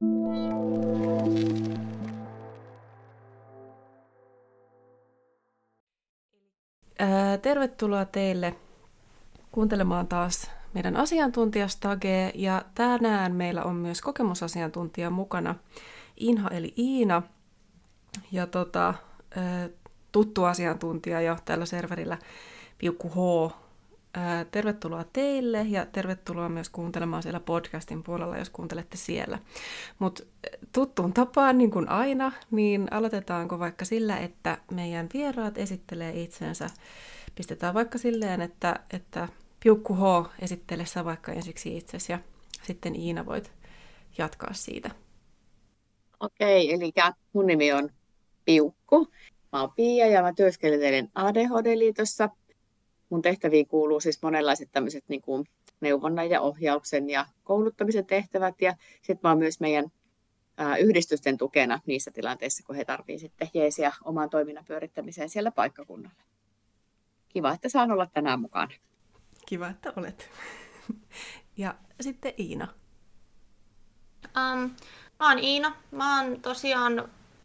Tervetuloa teille kuuntelemaan taas meidän asiantuntijastagea, ja tänään meillä on myös kokemusasiantuntija mukana, Inha eli Iina, ja tuttu asiantuntija jo tällä serverillä, Piukku H. Tervetuloa teille ja tervetuloa myös kuuntelemaan siellä podcastin puolella, jos kuuntelette siellä. Mutta tuttuun tapaan, niin kuin aina, niin aloitetaanko vaikka sillä, että meidän vieraat esittelee itsensä. Pistetään vaikka silleen, että Piukku H, esittele sä vaikka ensiksi itsesi ja sitten Iina voit jatkaa siitä. Okei, eli mun nimi on Piukku. Mä oon Pia ja mä työskentelen ADHD-liitossa. Mun tehtäviin kuuluu siis monenlaiset tämmöiset niin kuin neuvonnan ja ohjauksen ja kouluttamisen tehtävät. Ja sitten mä oon myös meidän yhdistysten tukena niissä tilanteissa, kun he tarvitsevat sitten jeesiä oman toiminnan pyörittämiseen siellä paikkakunnalla. Kiva, että saan olla tänään mukana. Kiva, että olet. Ja sitten Iina. Mä oon Iina. Mä oon tosiaan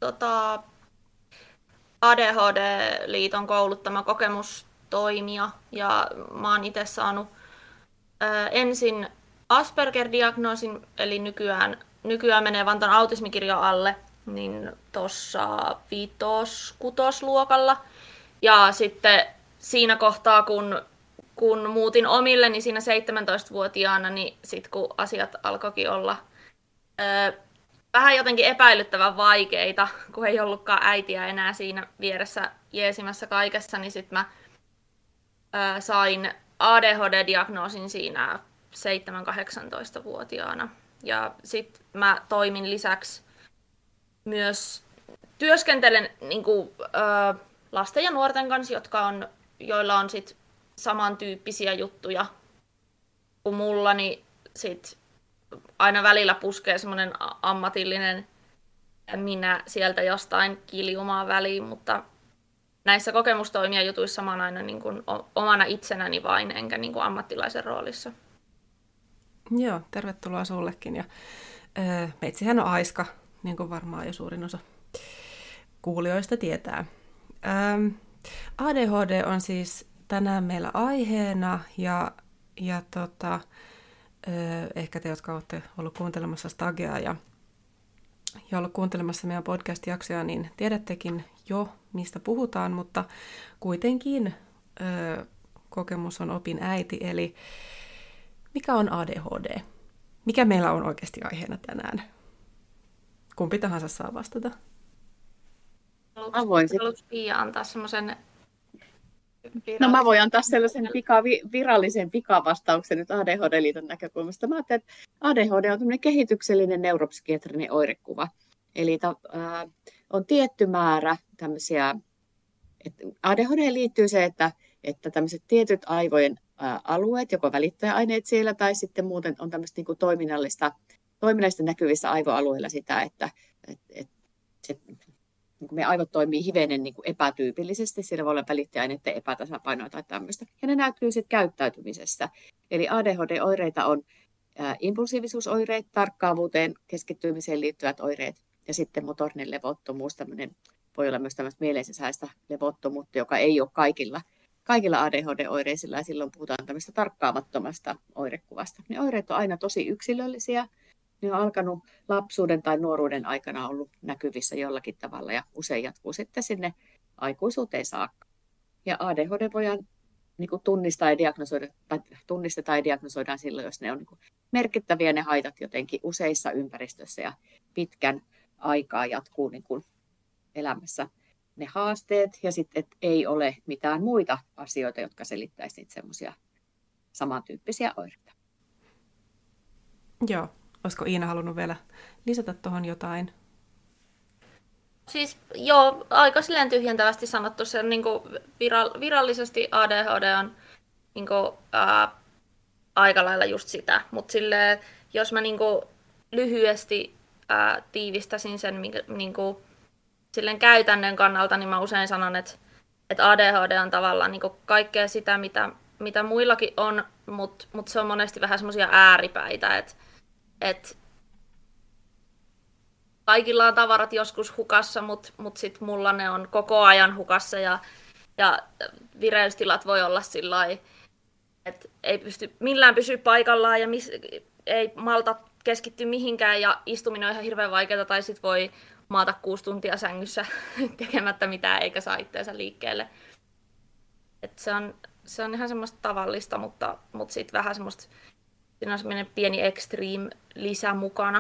ADHD-liiton kouluttama kokemustoimija ja mä oon itse saanut ensin Asperger-diagnoosin, eli nykyään menee vaan ton autismikirjon alle, niin tuossa 5-6 luokalla. Ja sitten siinä kohtaa, kun muutin omille, niin siinä 17-vuotiaana, niin sitten kun asiat alkoikin olla vähän jotenkin epäilyttävän vaikeita, kun ei ollutkaan äitiä enää siinä vieressä jeesimässä kaikessa, niin sitten mä sain ADHD-diagnoosin siinä 7-18-vuotiaana. Ja sitten mä toimin lisäksi myös, työskentelen niin kuin, lasten ja nuorten kanssa, joilla on sit samantyyppisiä juttuja kuin mulla, niin sit aina välillä puskee semmoinen ammatillinen minä sieltä jostain kiljumaan väliin, mutta näissä kokemustoimijajutuissa mä oon aina niin kuin omana itsenäni vain, enkä niin kuin ammattilaisen roolissa. Joo, tervetuloa sullekin. Ja meitsihän on Aiska, niin kuin varmaan jo suurin osa kuulijoista tietää. ADHD on siis tänään meillä aiheena, ja ehkä te, jotka olette ollut kuuntelemassa Stagea ja ollut kuuntelemassa meidän podcast-jaksoja, niin tiedättekin jo, mistä puhutaan, mutta kuitenkin kokemus on opin äiti, eli mikä on ADHD? Mikä meillä on oikeasti aiheena tänään? Kumpi tahansa saa vastata. Haluatko Pia antaa semmoisen... No mä voin antaa sellaisen virallisen pikavastauksen nyt ADHD-liiton näkökulmasta. Mä ajattelen, että ADHD on tämmöinen kehityksellinen neuropsykiatrinen oirekuva. Eli on tietty määrä tämmöisiä, että ADHD liittyy se, että tämmöiset tietyt aivojen alueet, joko välittäjäaineet siellä tai sitten muuten on tämmöistä niin kuin toiminnallista näkyvissä aivoalueilla sitä, että niin meidän aivot toimii hivenen niin kuin epätyypillisesti, siellä voi olla välittäjäaineiden epätasapainoa tai tämmöistä. Ja ne näkyy sitten käyttäytymisessä. Eli ADHD-oireita on impulsiivisuusoireet, tarkkaavuuteen, keskittymiseen liittyvät oireet ja sitten motorinen levottomuus, voi olla myös tämmöistä mielensisäistä levottomuutta, joka ei ole kaikilla ADHD-oireisilla, ja silloin puhutaan tämmöistä tarkkaamattomasta oirekuvasta. Ne oireet on aina tosi yksilöllisiä. Ne on alkanut lapsuuden tai nuoruuden aikana ollut näkyvissä jollakin tavalla ja usein jatkuu sitten sinne aikuisuuteen saakka. Ja ADHD voidaan niin kuin tunnistetaan ja diagnosoidaan silloin, jos ne on niin kuin merkittäviä ne haitat jotenkin useissa ympäristöissä ja pitkän aikaa jatkuu niin kuin elämässä ne haasteet ja sitten ei ole mitään muita asioita, jotka selittäisivät semmoisia samantyyppisiä oireita. Joo. Olisiko Iina halunnut vielä lisätä tuohon jotain? Siis joo, aika silleen tyhjentävästi sanottu. Se on, niin kuin virallisesti ADHD on niin kuin, aika lailla just sitä. Mutta jos mä niin kuin lyhyesti tiivistäisin sen niin kuin, silleen käytännön kannalta, niin mä usein sanon, että ADHD on tavallaan niin kuin kaikkea sitä, mitä muillakin on, mutta se on monesti vähän semmoisia ääripäitä, että kaikilla on tavarat joskus hukassa, mutta sitten mulla ne on koko ajan hukassa ja vireystilat voi olla sillä lailla, että ei pysty millään pysyä paikallaan ja ei malta keskittyä mihinkään ja istuminen on ihan hirveän vaikeaa tai sitten voi maata 6 tuntia sängyssä tekemättä mitään eikä saa itseensä liikkeelle. Et se on ihan semmoista tavallista, mutta sitten vähän semmoista, siinä on semmoinen pieni extreme lisä mukana.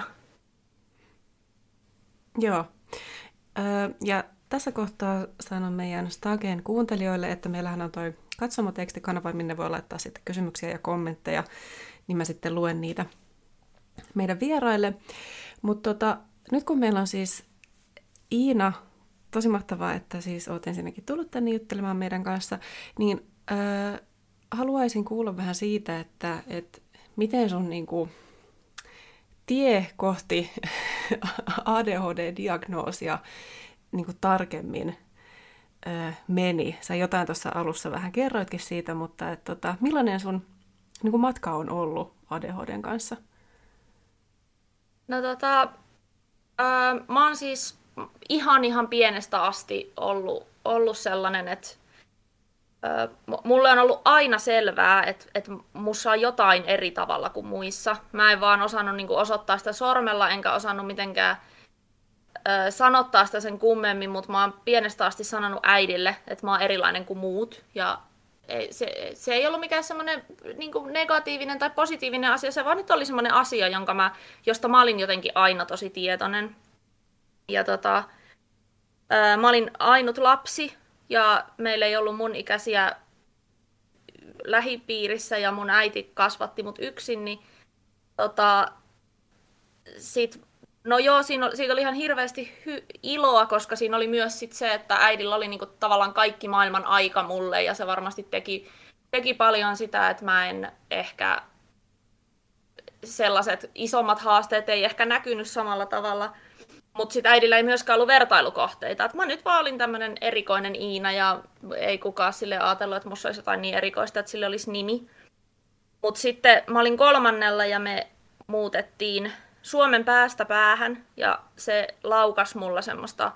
Joo. Ja tässä kohtaa sanon meidän Stagen kuuntelijoille, että meillähän on toi katsomotekstikanava, minne voi laittaa sitten kysymyksiä ja kommentteja, niin mä sitten luen niitä meidän vieraille. Mutta nyt kun meillä on siis Iina, tosi mahtavaa, että siis oot ensinnäkin tullut tänne juttelemaan meidän kanssa, niin haluaisin kuulla vähän siitä, että miten sun niinku tie kohti ADHD-diagnoosia niinku tarkemmin meni. Sä jotain tuossa alussa vähän kerroitkin siitä, mutta millainen sun niinku matka on ollut ADHDn kanssa? No mä oon siis ihan pienestä asti ollut sellainen, että mulle on ollut aina selvää, että mussa on jotain eri tavalla kuin muissa. Mä en vaan osannut niinku osoittaa sitä sormella, enkä osannut mitenkään sanottaa sitä sen kummemmin, mutta mä oon pienestä asti sanonut äidille, että mä oon erilainen kuin muut. Ja se ei ollut mikään semmoinen niinku negatiivinen tai positiivinen asia, se vaan nyt oli semmoinen asia, josta mä olin jotenkin aina tosi tietoinen. Ja mä olin ainut lapsi ja meillä ei ollut mun ikäisiä lähipiirissä ja mun äiti kasvatti mut yksin, niin siitä oli ihan hirveästi iloa, koska siinä oli myös sit se, että äidillä oli niinku tavallaan kaikki maailman aika mulle ja se varmasti teki paljon sitä, että mä en ehkä sellaiset isommat haasteet ei ehkä näkynyt samalla tavalla. Mutta sitten äidillä ei myöskään ollut vertailukohteita. Et mä nyt vaan olin tämmöinen erikoinen Iina ja ei kukaan sille ajatellut, että musta olisi jotain niin erikoista, että sille olisi nimi. Mutta sitten mä olin 3. ja me muutettiin Suomen päästä päähän ja se laukas mulla semmoista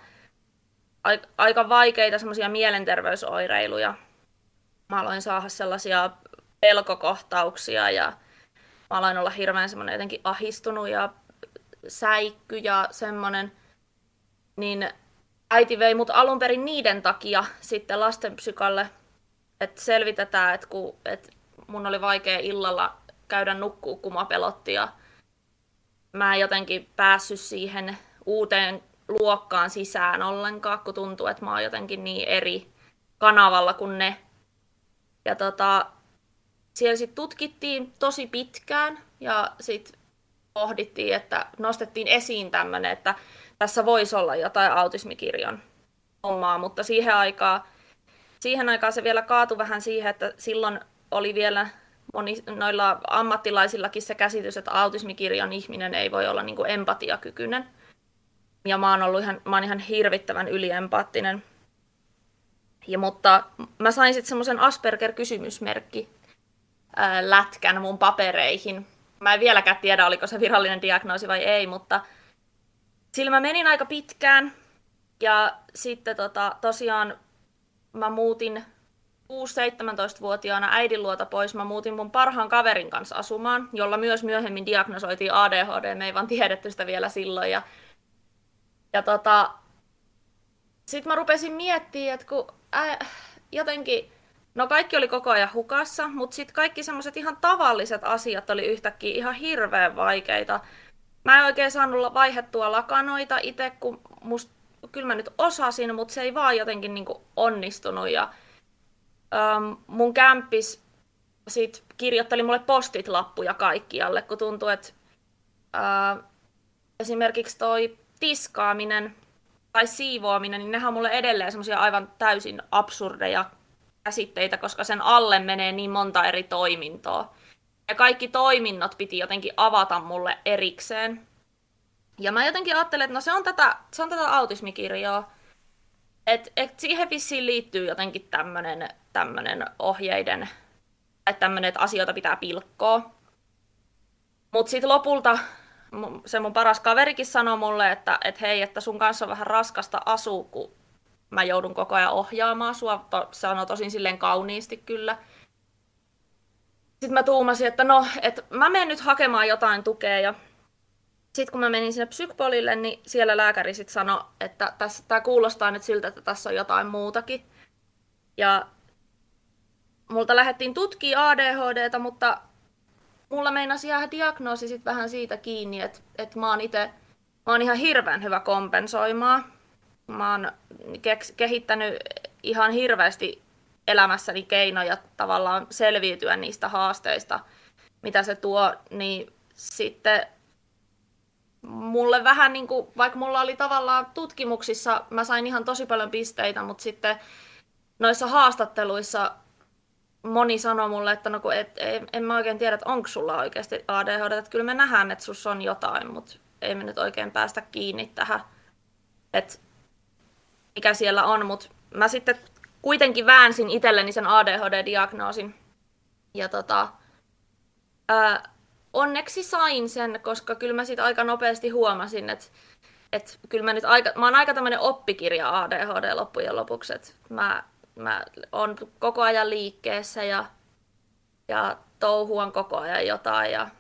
aika vaikeita semmoisia mielenterveysoireiluja. Mä aloin saada sellaisia pelkokohtauksia ja mä aloin olla hirveän semmoinen jotenkin ahistunut ja säikky ja semmoinen, niin äiti vei mut alun perin niiden takia sitten lastenpsykalle, että selvitetään, että mun oli vaikea illalla käydä nukkuu, kun mä pelotti ja mä en jotenkin päässyt siihen uuteen luokkaan sisään ollenkaan, kun tuntuu, että mä oon jotenkin niin eri kanavalla kuin ne. Ja siellä sitten tutkittiin tosi pitkään ja sitten pohdittiin, että nostettiin esiin tämmöinen, että tässä voisi olla jotain autismikirjon hommaa, mutta siihen aikaan se vielä kaatui vähän siihen, että silloin oli vielä noilla ammattilaisillakin se käsitys, että autismikirjon ihminen ei voi olla niin kuin empatiakykyinen. Ja mä oon ihan hirvittävän yliempaattinen. Mutta mä sain sitten semmoisen Asperger-kysymysmerkki lätkän mun papereihin. Mä en vieläkään tiedä, oliko se virallinen diagnoosi vai ei, mutta sillä mä menin aika pitkään. Ja sitten tosiaan mä muutin 6-17-vuotiaana äidin luota pois. Mä muutin mun parhaan kaverin kanssa asumaan, jolla myös myöhemmin diagnosoitiin ADHD. Me ei vaan tiedetty sitä vielä silloin. Ja sitten mä rupesin miettimään, että kun jotenkin... No kaikki oli koko ajan hukassa, mutta sitten kaikki semmoiset ihan tavalliset asiat oli yhtäkkiä ihan hirveän vaikeita. Mä en oikein saanut vaihdettua lakanoita itse, kun kyllä mä nyt osasin, mutta se ei vaan jotenkin niinku onnistunut. Ja, mun kämppis sit kirjoitteli mulle postit-lappuja kaikkialle, kun tuntui, että esimerkiksi toi tiskaaminen tai siivoaminen, niin nehän on mulle edelleen semmoisia aivan täysin absurdeja käsitteitä, koska sen alle menee niin monta eri toimintoa. Ja kaikki toiminnot piti jotenkin avata mulle erikseen. Ja mä jotenkin ajattelin, että no se on tätä autismikirjoa. Et siihen vissiin liittyy jotenkin tämmönen ohjeiden, että tämmönen, että asioita pitää pilkkoa. Mutta sitten lopulta se mun paras kaverikin sanoi mulle, että hei, että sun kanssa on vähän raskasta asua, kun mä joudun koko ajan ohjaamaan sua. Sanoi tosin silleen kauniisti kyllä. Sitten mä tuumasin, että no, että mä menen nyt hakemaan jotain tukea. Ja sitten kun mä menin sinne psykpolille, niin siellä lääkäri sitten sanoi, että tää kuulostaa nyt siltä, että tässä on jotain muutakin. Ja multa lähdettiin tutkimaan ADHDta, mutta mulla meinasi jäädä diagnoosi sit vähän siitä kiinni, että mä oon ihan hirveän hyvä kompensoimaan. Mä oon kehittänyt ihan hirveästi elämässäni keinoja tavallaan selviytyä niistä haasteista, mitä se tuo, niin sitten mulle vähän niin kuin, vaikka mulla oli tavallaan tutkimuksissa, mä sain ihan tosi paljon pisteitä, mutta sitten noissa haastatteluissa moni sanoi mulle, että no, en mä oikein tiedä, että onko sulla oikeasti ADHD, että kyllä me nähdään, että sussa on jotain, mutta ei me nyt oikein päästä kiinni tähän, että mikä siellä on, mutta mä sitten kuitenkin väänsin itselleni sen ADHD-diagnoosin ja onneksi sain sen, koska kyllä mä sitten aika nopeasti huomasin, että kyllä mä oon aika tämmöinen oppikirja ADHD loppujen lopuksi, että mä oon koko ajan liikkeessä ja touhuan koko ajan jotain ja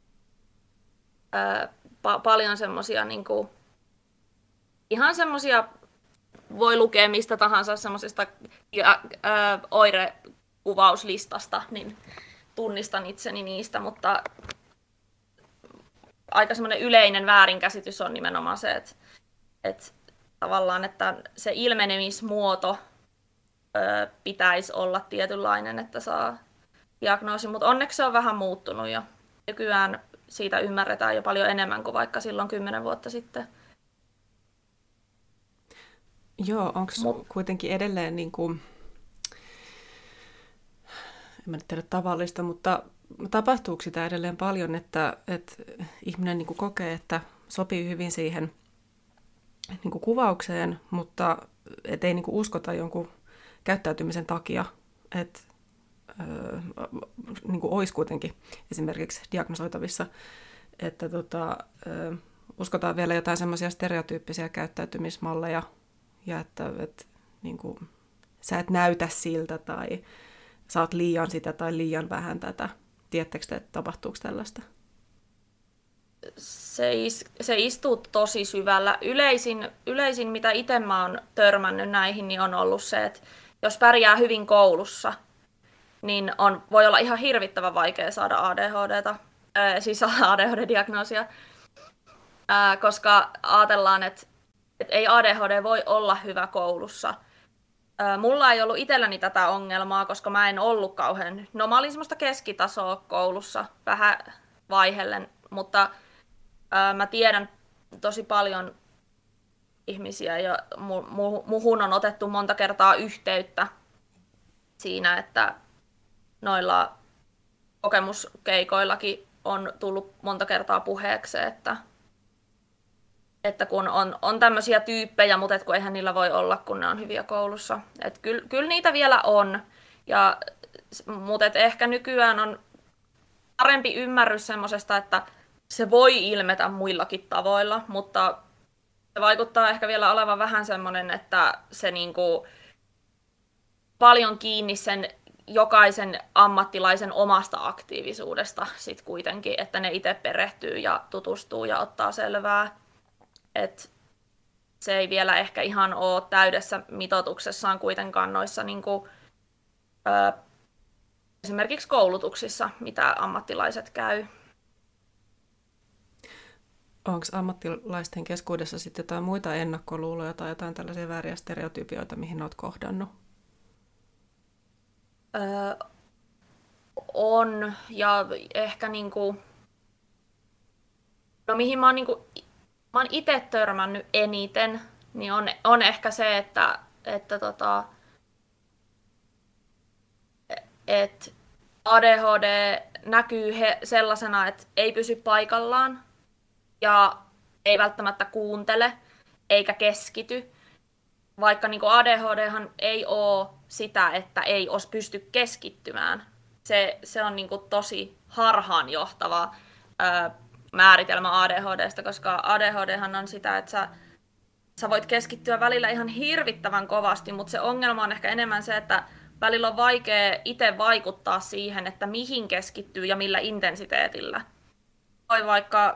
paljon semmosia niinku, ihan semmosia, voi lukea mistä tahansa semmoisesta oirekuvauslistasta, niin tunnistan itseni niistä, mutta aika semmoinen yleinen väärinkäsitys on nimenomaan se, että tavallaan, että se ilmenemismuoto pitäisi olla tietynlainen, että saa diagnoosin, mutta onneksi se on vähän muuttunut ja nykyään siitä ymmärretään jo paljon enemmän kuin vaikka silloin 10 vuotta sitten. Joo, onko kuitenkin edelleen, niin kuin, en mä nyt tiedä tavallista, mutta tapahtuuko sitä edelleen paljon, että ihminen niin kuin kokee, että sopii hyvin siihen niin kuin kuvaukseen, mutta et ei niin kuin uskota jonkun käyttäytymisen takia, että niin kuin olisi kuitenkin esimerkiksi diagnosoitavissa, että uskotaan vielä jotain semmoisia stereotyyppisiä käyttäytymismalleja, ja että niin kuin, sä et näytä siltä tai sä oot liian sitä tai liian vähän tätä. Tiedättekö te, että tapahtuuko tällaista? Se istuu tosi syvällä. Yleisin mitä itse mä oon törmännyt näihin, niin on ollut se, että jos pärjää hyvin koulussa, niin voi olla ihan hirvittävän vaikea saada ADHDta, siis ADHD-diagnoosia, koska ajatellaan, että ei ADHD voi olla hyvä koulussa. Mulla ei ollut itselläni tätä ongelmaa, koska mä en ollut kauhean... No mä olin semmoista keskitasoa koulussa vähän vaihellen, mutta mä tiedän tosi paljon ihmisiä ja muhun on otettu monta kertaa yhteyttä siinä, että noilla kokemuskeikoillakin on tullut monta kertaa puheeksi, että kun on tämmöisiä tyyppejä, mutta kun eihän niillä voi olla, kun ne on hyviä koulussa. Että kyllä niitä vielä on, mutta ehkä nykyään on parempi ymmärrys semmoisesta, että se voi ilmetä muillakin tavoilla, mutta se vaikuttaa ehkä vielä olevan vähän semmoinen, että se niinku paljon kiinni sen jokaisen ammattilaisen omasta aktiivisuudesta sit kuitenkin, että ne itse perehtyy ja tutustuu ja ottaa selvää. Et se ei vielä ehkä ihan ole täydessä mitoituksessaan kuitenkaan noissa niinku, esimerkiksi koulutuksissa, mitä ammattilaiset käy. Onko ammattilaisten keskuudessa sitten jotain muita ennakkoluuloja tai jotain tällaisia vääriä stereotypioita, mihin olet kohdannut? On, ja ehkä niinku, no mihin mä oon itse törmännyt eniten, niin on ehkä se, että ADHD näkyy sellaisena, että ei pysy paikallaan ja ei välttämättä kuuntele eikä keskity. Vaikka niin ADHDhan ei ole sitä, että ei pysty keskittymään. Se on niin tosi harhaanjohtava määritelmä ADHDsta, koska ADHDhan on sitä, että sä voit keskittyä välillä ihan hirvittävän kovasti, mutta se ongelma on ehkä enemmän se, että välillä on vaikea itse vaikuttaa siihen, että mihin keskittyy ja millä intensiteetillä. Voi vaikka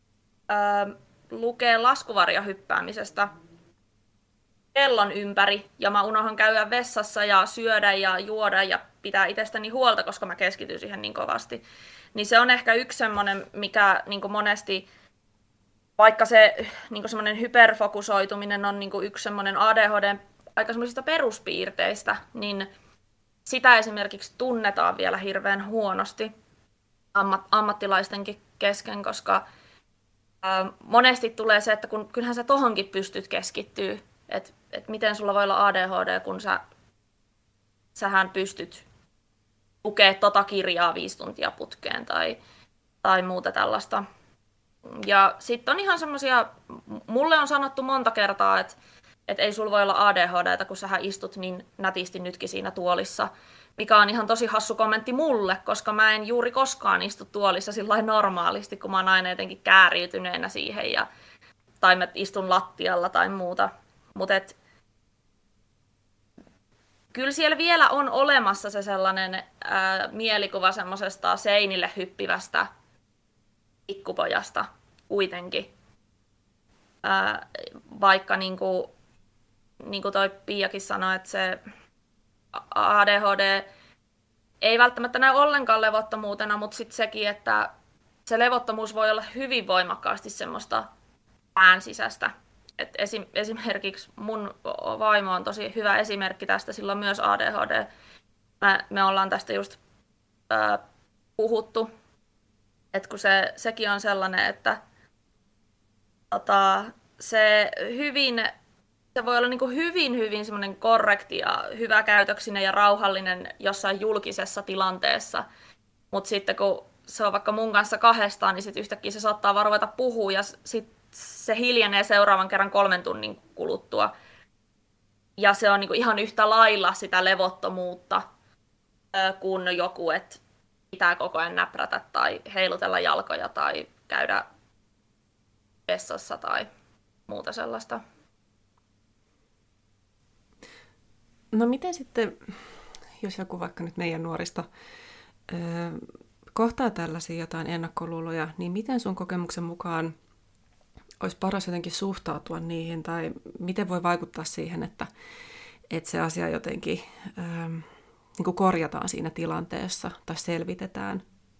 lukea laskuvarjohyppäämisestä kellon ympäri, ja mä unohan käydä vessassa ja syödä ja juoda ja pitää itsestäni huolta, koska mä keskityn siihen niin kovasti. Niin se on ehkä yksi semmoinen, mikä niin monesti, vaikka se niin semmoinen hyperfokusoituminen on niin yksi semmoinen ADHDn aika semmoisista peruspiirteistä, niin sitä esimerkiksi tunnetaan vielä hirveän huonosti ammattilaistenkin kesken, koska monesti tulee se, että kyllähän sä tohonkin pystyt keskittyä, että miten sulla voi olla ADHD, kun sähän pystyt lukemaan tota kirjaa 5 tuntia putkeen tai muuta tällaista. Ja sitten on ihan semmoisia, mulle on sanottu monta kertaa, että ei sulla voi olla ADHDtä, kun sähän istut niin nätisti nytkin siinä tuolissa, mikä on ihan tosi hassu kommentti mulle, koska mä en juuri koskaan istu tuolissa sillä normaalisti, kun mä oon aina jotenkin kääriytyneenä siihen, tai mä istun lattialla tai muuta. Mutta kyllä siellä vielä on olemassa se sellainen mielikuva semmoisesta seinille hyppivästä pikkupojasta kuitenkin. Vaikka niin kuin toi Piakin sanoi, että se ADHD ei välttämättä näy ollenkaan levottomuutena, mutta sitten sekin, että se levottomuus voi olla hyvin voimakkaasti semmoista pään sisäistä. Et esimerkiksi mun vaimo on tosi hyvä esimerkki tästä, sillä on myös ADHD. Me ollaan tästä just puhuttu, että kun sekin on sellainen, että se voi olla niinku hyvin semmoinen korrekti ja hyväkäytöksinen ja rauhallinen jossain julkisessa tilanteessa, mutta sitten kun se on vaikka mun kanssa kahdestaan, niin sitten yhtäkkiä se saattaa vaan ruveta puhua ja sitten se hiljenee seuraavan kerran 3 tunnin kuluttua. Ja se on niinku ihan yhtä lailla sitä levottomuutta kuin joku, että pitää koko ajan näprätä tai heilutella jalkoja tai käydä vessassa tai muuta sellaista. No miten sitten, jos joku vaikka nyt meidän nuorista kohtaa tällaisia jotain ennakkoluuloja, niin miten sun kokemuksen mukaan olisi paras jotenkin suhtautua niihin, tai miten voi vaikuttaa siihen, että se asia jotenkin niin kuin korjataan siinä tilanteessa tai selvitetään?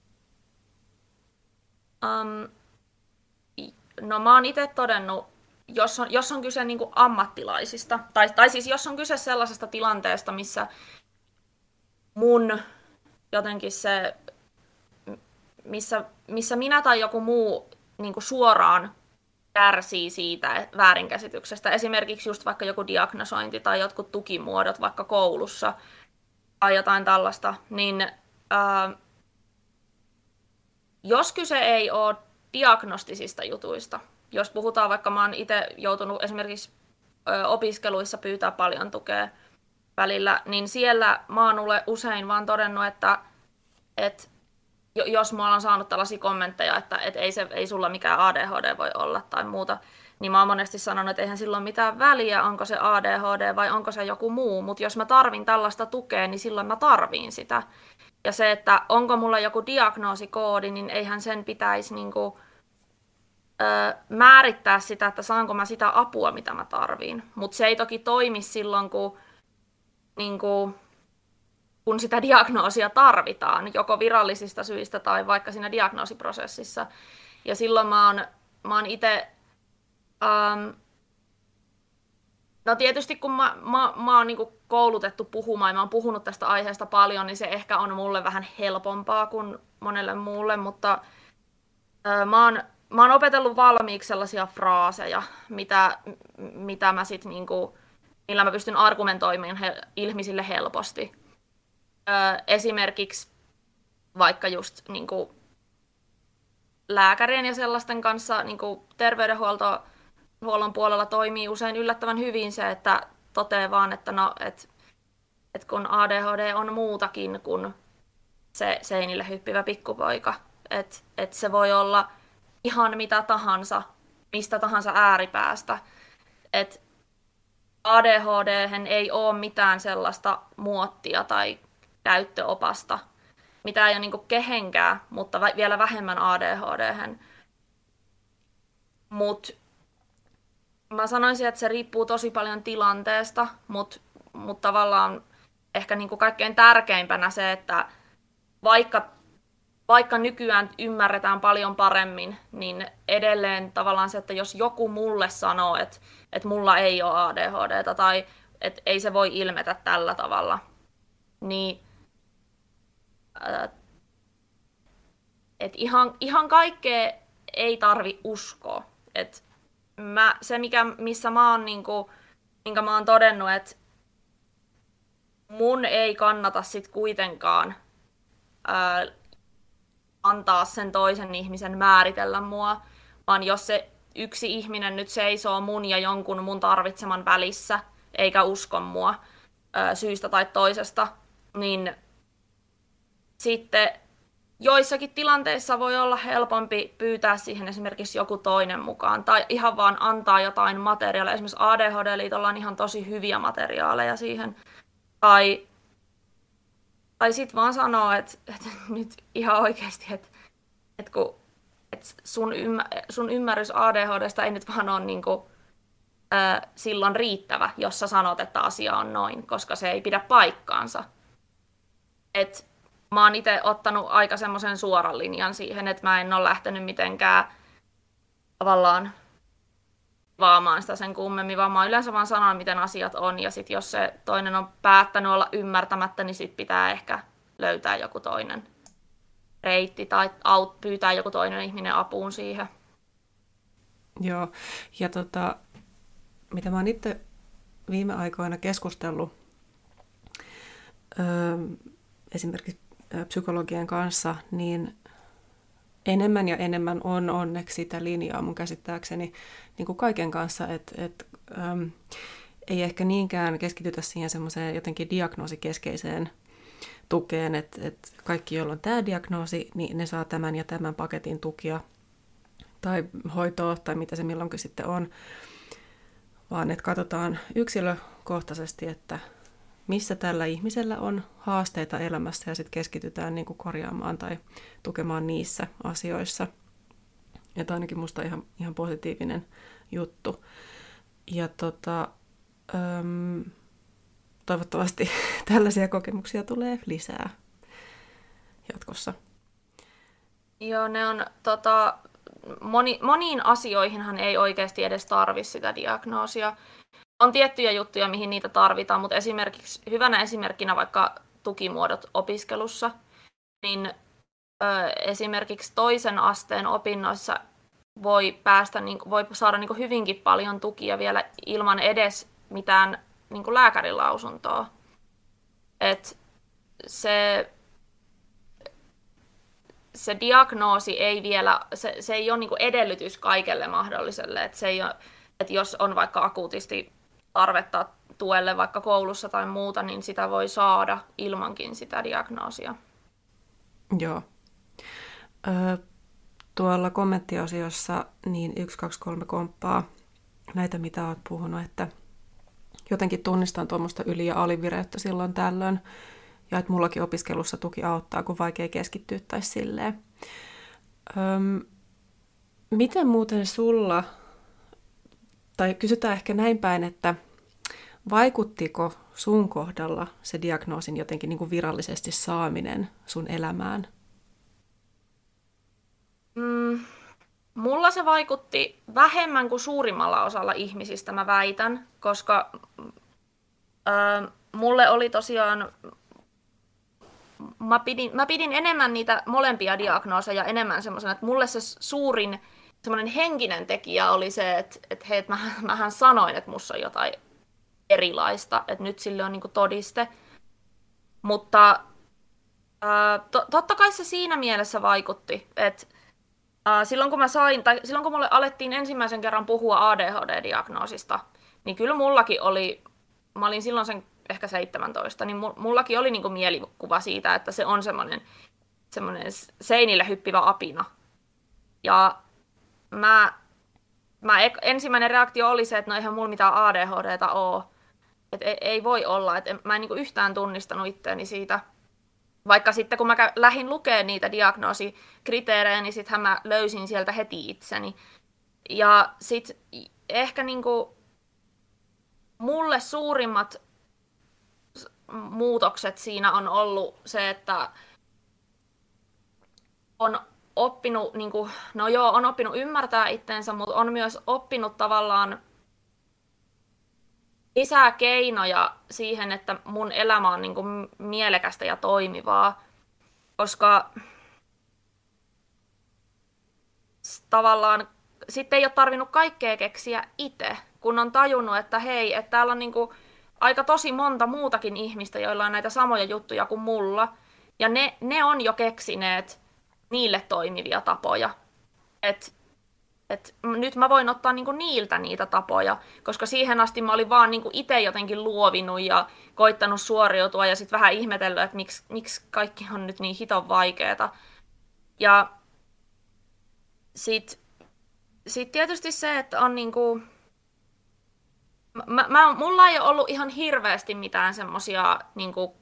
No mä oon itse todennut, jos on kyse niin kuin ammattilaisista, tai siis jos on kyse sellaisesta tilanteesta, missä mun jotenkin se, missä minä tai joku muu niin kuin suoraan kärsii siitä väärinkäsityksestä. Esimerkiksi just vaikka joku diagnosointi tai jotkut tukimuodot vaikka koulussa tai jotain tällaista, niin jos kyse ei ole diagnostisista jutuista, jos puhutaan vaikka mä oon itse joutunut esimerkiksi opiskeluissa pyytää paljon tukea välillä, niin siellä mä oon usein vaan todennut, että jos mä oon saanut tällaisia kommentteja, että ei sulla mikään ADHD voi olla tai muuta, niin mä oon monesti sanonut, että eihän silloin mitään väliä, onko se ADHD vai onko se joku muu, mutta jos mä tarvin tällaista tukea, niin silloin mä tarviin sitä. Ja se, että onko mulla joku diagnoosikoodi, niin eihän sen pitäisi niinku, määrittää sitä, että saanko mä sitä apua, mitä mä tarviin. Mutta se ei toki toimi silloin, kun sitä diagnoosia tarvitaan, joko virallisista syistä tai vaikka siinä diagnoosiprosessissa. Ja silloin mä oon itse, no tietysti kun mä oon niinku koulutettu puhumaan ja mä oon puhunut tästä aiheesta paljon, niin se ehkä on mulle vähän helpompaa kuin monelle muulle, mutta mä oon opetellut valmiiksi sellaisia fraaseja, mitä mä sit niinku, millä mä pystyn argumentoimaan ihmisille helposti. Esimerkiksi vaikka just niinku lääkärien ja sellaisten kanssa niinku terveydenhuollon puolella toimii usein yllättävän hyvin se, että toteaa vaan, että kun ADHD on muutakin kuin se seinille hyppivä pikkupoika. Että se voi olla ihan mitä tahansa, mistä tahansa ääripäästä. Et ADHD:hen ei ole mitään sellaista muottia tai käyttöopasta, mitä ei ole niinku kehenkään, mutta vielä vähemmän ADHD:hen. Mut mä sanoisin, että se riippuu tosi paljon tilanteesta, mutta tavallaan ehkä niinku kaikkein tärkeimpänä se, että vaikka nykyään ymmärretään paljon paremmin, niin edelleen tavallaan se, että jos joku mulle sanoo, että mulla ei ole ADHD:ta tai että ei se voi ilmetä tällä tavalla, niin ihan kaikkea ei tarvi uskoa. Missä mä oon minkä mä oon todennut, että mun ei kannata sit kuitenkaan antaa sen toisen ihmisen määritellä mua, vaan jos se yksi ihminen nyt seisoo mun ja jonkun mun tarvitseman välissä, eikä usko mua syystä tai toisesta, niin sitten joissakin tilanteissa voi olla helpompi pyytää siihen esimerkiksi joku toinen mukaan, tai ihan vaan antaa jotain materiaalia. Esimerkiksi ADHD-liitolla on ihan tosi hyviä materiaaleja siihen. Tai sitten vaan sanoo, että nyt ihan oikeasti, että sun ymmärrys ADHDsta ei nyt vaan ole niinku, silloin riittävä, jos sä sanot, että asia on noin, koska se ei pidä paikkaansa. Mä oon itse ottanut aika semmoisen suoran linjan siihen, että mä en ole lähtenyt mitenkään tavallaan vaamaan sitä sen kummemmin, vaan mä oon yleensä vaan sanonut, miten asiat on, ja sit jos se toinen on päättänyt olla ymmärtämättä, niin sit pitää ehkä löytää joku toinen reitti tai pyytää joku toinen ihminen apuun siihen. Joo, ja mitä mä oon itse viime aikoina keskustellut esimerkiksi psykologien kanssa, niin enemmän ja enemmän on onneksi sitä linjaa mun käsittääkseni niin kuin kaiken kanssa, että ei ehkä niinkään keskitytä siihen semmoiseen jotenkin diagnoosikeskeiseen tukeen, että kaikki, joilla on tämä diagnoosi, niin ne saa tämän ja tämän paketin tukia tai hoitoa tai mitä se milloinkin sitten on, vaan että katsotaan yksilökohtaisesti, että missä tällä ihmisellä on haasteita elämässä ja sitten keskitytään niin kuin korjaamaan tai tukemaan niissä asioissa. Ja tämä ainakin musta ihan positiivinen juttu. Ja toivottavasti tällaisia kokemuksia tulee lisää jatkossa. Joo, ne on moniin asioihinhan ei oikeasti edes tarvitse sitä diagnoosia. On tiettyjä juttuja, mihin niitä tarvitaan, mutta esimerkiksi hyvänä esimerkkinä vaikka tukimuodot opiskelussa, niin esimerkiksi toisen asteen opinnoissa voi saada hyvinkin paljon tukia vielä ilman edes mitään lääkärinlausuntoa. Et se diagnoosi ei vielä, se ei ole edellytys kaikelle mahdolliselle. Et jos on vaikka akuutisti tarvetta tuelle vaikka koulussa tai muuta, niin sitä voi saada ilmankin sitä diagnoosia. Joo. Tuolla kommenttiosiossa niin 1, 2, 3 komppaa näitä, mitä olet puhunut, että jotenkin tunnistan tuommoista yli- ja alivireyttä silloin tällöin, ja että mullakin opiskelussa tuki auttaa, kun vaikea keskittyä tai silleen. Miten muuten sulla, tai kysytään ehkä näin päin, että vaikuttiko sun kohdalla se diagnoosin jotenkin niin kuin virallisesti saaminen sun elämään? Mulla se vaikutti vähemmän kuin suurimmalla osalla ihmisistä, mä väitän, koska mulle oli tosiaan, mä pidin enemmän niitä molempia diagnooseja enemmän semmoisena, että mulle se suurin semmoinen henkinen tekijä oli se, että mähän sanoin, että musta on jotain erilaista, että nyt sille on niinku todiste. Mutta totta kai se siinä mielessä vaikutti, että silloin kun mulle alettiin ensimmäisen kerran puhua ADHD-diagnoosista, niin kyllä mullakin oli, mä olin silloin sen ehkä 17, niin mullakin oli niinku mielikuva siitä, että se on semmoinen seinille hyppivä apina. Ja ensimmäinen reaktio oli se, että no eihän mulla mitään ADHDta ole. Että ei voi olla, että mä en niin kuin yhtään tunnistanut itteeni siitä. Vaikka sitten kun mä lähdin lukemaan niitä diagnoosikriteerejä, niin sittenhän mä löysin sieltä heti itseni. Ja sitten ehkä niin kuin mulle suurimmat muutokset siinä on ollut se, että on oppinut, niin kuin, no joo, on oppinut ymmärtää itteensä, mutta on myös oppinut tavallaan lisää keinoja siihen, että mun elämä on niin kuin mielekästä ja toimivaa, koska tavallaan sitten ei ole tarvinnut kaikkea keksiä itse, kun on tajunnut, että hei, että täällä on niin kuin aika tosi monta muutakin ihmistä, joilla on näitä samoja juttuja kuin mulla, ja ne on jo keksineet niille toimivia tapoja. Et nyt mä voin ottaa niinku niiltä niitä tapoja, koska siihen asti mä olin vaan niinku itse jotenkin luovinut ja koittanut suoriutua ja sitten vähän ihmetellyt, että miksi kaikki on nyt niin hiton vaikeeta. Ja sitten tietysti se, että on niinku... Mulla ei ole ollut ihan hirveästi mitään semmosia niinku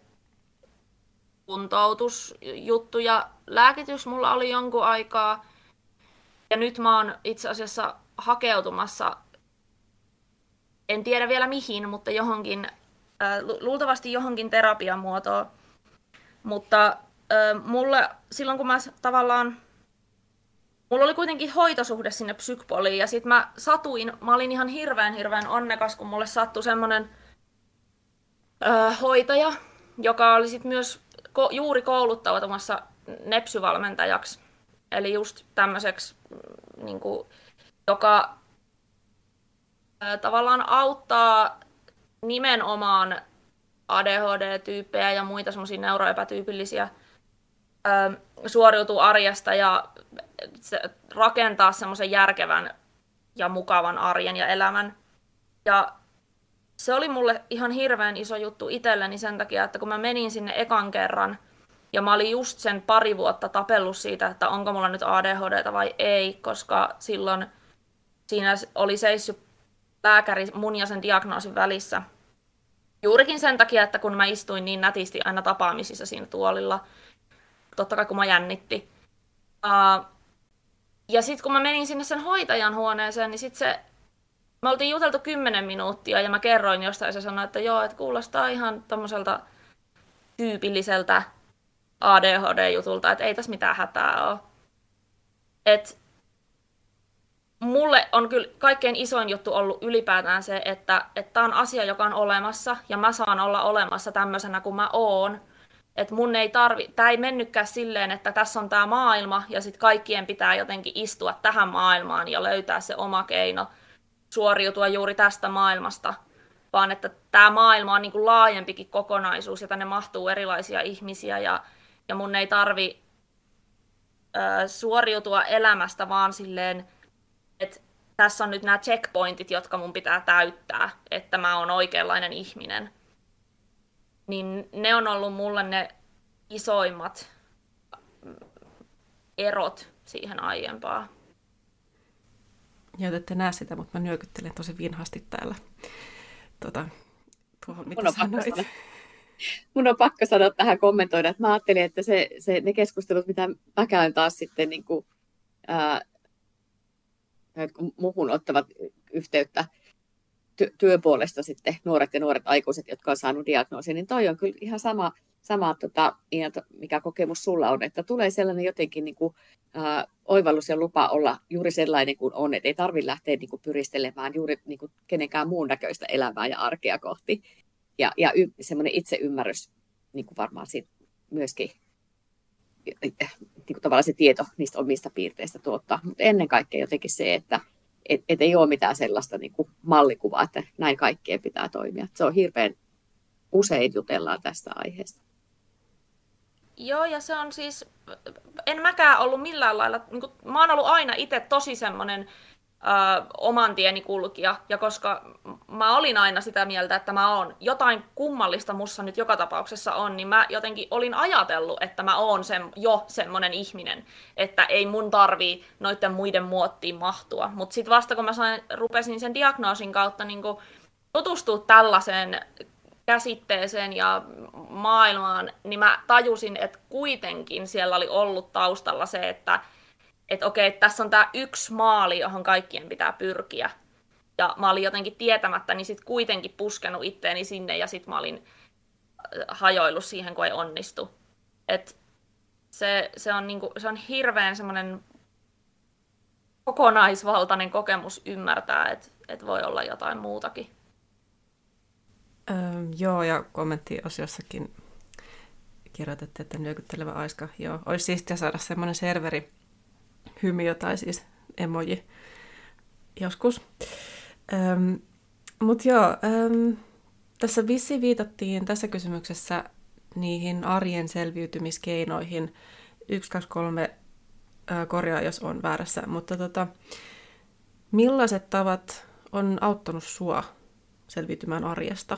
kuntoutusjuttuja. Lääkitys mulla oli jonkun aikaa. Ja nyt mä oon itse asiassa hakeutumassa, en tiedä vielä mihin, mutta johonkin, luultavasti johonkin terapiamuotoon. Mutta mulle, silloin kun mulla oli kuitenkin hoitosuhde sinne psykpoliin ja sit mä olin ihan hirveän onnekas, kun mulle sattui semmonen hoitaja, joka oli sit myös juuri kouluttautumassa nepsyvalmentajaksi. Eli just tämmöiseksi, niin kuin, joka tavallaan auttaa nimenomaan ADHD-tyyppejä ja muita semmoisia neuroepätyypillisiä suoriutuu arjesta ja rakentaa semmoisen järkevän ja mukavan arjen ja elämän. Ja se oli mulle ihan hirveän iso juttu itselleni sen takia, että kun mä menin sinne ekan kerran, ja mä olin just sen 2 vuotta tapellut siitä, että onko mulla nyt ADHDta vai ei, koska silloin siinä oli seissyt lääkäri mun ja sen diagnoosin välissä. Juurikin sen takia, että kun mä istuin niin nätisti aina tapaamisissa siinä tuolilla, totta kai kun mä jännitti. Ja sitten kun mä menin sinne sen hoitajan huoneeseen, niin me oltiin juteltu 10 minuuttia ja mä kerroin jostain ja se sanoi, että joo, että kuulostaa ihan tommoselta tyypilliseltä ADHD-jutulta, että ei tässä mitään hätää ole. Et mulle on kyllä kaikkein isoin juttu ollut ylipäätään se, että tämä on asia, joka on olemassa, ja mä saan olla olemassa tämmöisenä kuin mä oon. Että mun ei tämä ei mennytkään silleen, että tässä on tämä maailma, ja sitten kaikkien pitää jotenkin istua tähän maailmaan ja löytää se oma keino suoriutua juuri tästä maailmasta, vaan että tämä maailma on niin kuin laajempikin kokonaisuus, ja tänne mahtuu erilaisia ihmisiä, ja mun ei tarvi suoriutua elämästä vaan silleen, että tässä on nyt nämä checkpointit, jotka mun pitää täyttää, että mä oon oikeanlainen ihminen. Niin ne on ollut mulle ne isoimmat erot siihen aiempaan. Ja ette näe sitä, mutta mä nyökyttelen tosi vinhasti täällä. Tuohon, mitä sanoit. Mun on pakko sanoa tähän kommentoida, että mä ajattelin, että ne keskustelut, mitä mä käyn taas sitten niin kuin, kun muuhun ottavat yhteyttä työpuolesta sitten nuoret aikuiset, jotka on saanut diagnoosin, niin toi on kyllä ihan sama mikä kokemus sulla on, että tulee sellainen jotenkin niin kuin, oivallus ja lupa olla juuri sellainen kuin on, että ei tarvitse lähteä niin kuin pyristelemään juuri niin kuin kenenkään muun näköistä elämää ja arkea kohti. Ja semmoinen itseymmärrys niin kuin varmaan siitä myöskin niin kuin tavallaan se tieto niistä omista piirteistä tuottaa. Mutta ennen kaikkea jotenkin se, että ei ole mitään sellaista niin kuin mallikuvaa, että näin kaikkeen pitää toimia. Se on hirveän usein jutellaan tästä aiheesta. Joo, ja se on siis, en mäkään ollut millään lailla, niin kuin, mä oon ollut aina itse tosi semmoinen oman tieni kulkija, ja koska mä olin aina sitä mieltä, että mä oon jotain kummallista mussa nyt joka tapauksessa on, niin mä jotenkin olin ajatellut, että mä oon jo semmoinen ihminen, että ei mun tarvii noiden muiden muottiin mahtua. Mutta sitten vasta kun mä rupesin sen diagnoosin kautta niin tutustua tällaiseen käsitteeseen ja maailmaan, niin mä tajusin, että kuitenkin siellä oli ollut taustalla se, että okei, tässä on tämä yksi maali, johon kaikkien pitää pyrkiä. Ja mä olin jotenkin tietämättä, niin sitten kuitenkin puskenut itteeni sinne, ja sitten mä olin hajoillut siihen, kun ei onnistu. Et se on hirveän semmoinen kokonaisvaltainen kokemus ymmärtää, että voi olla jotain muutakin. Joo, ja kommenttiosiossakkin kirjoitettiin, että nyökyttelevä aiska. Joo, olisi siistiä saada semmoinen serveri, hymiö tai siis emoji joskus. Mutta joo, tässä vissiin viitattiin tässä kysymyksessä niihin arjen selviytymiskeinoihin. 1, 2, 3 korjaa, jos on väärässä. Mutta millaiset tavat on auttanut sua selviytymään arjesta?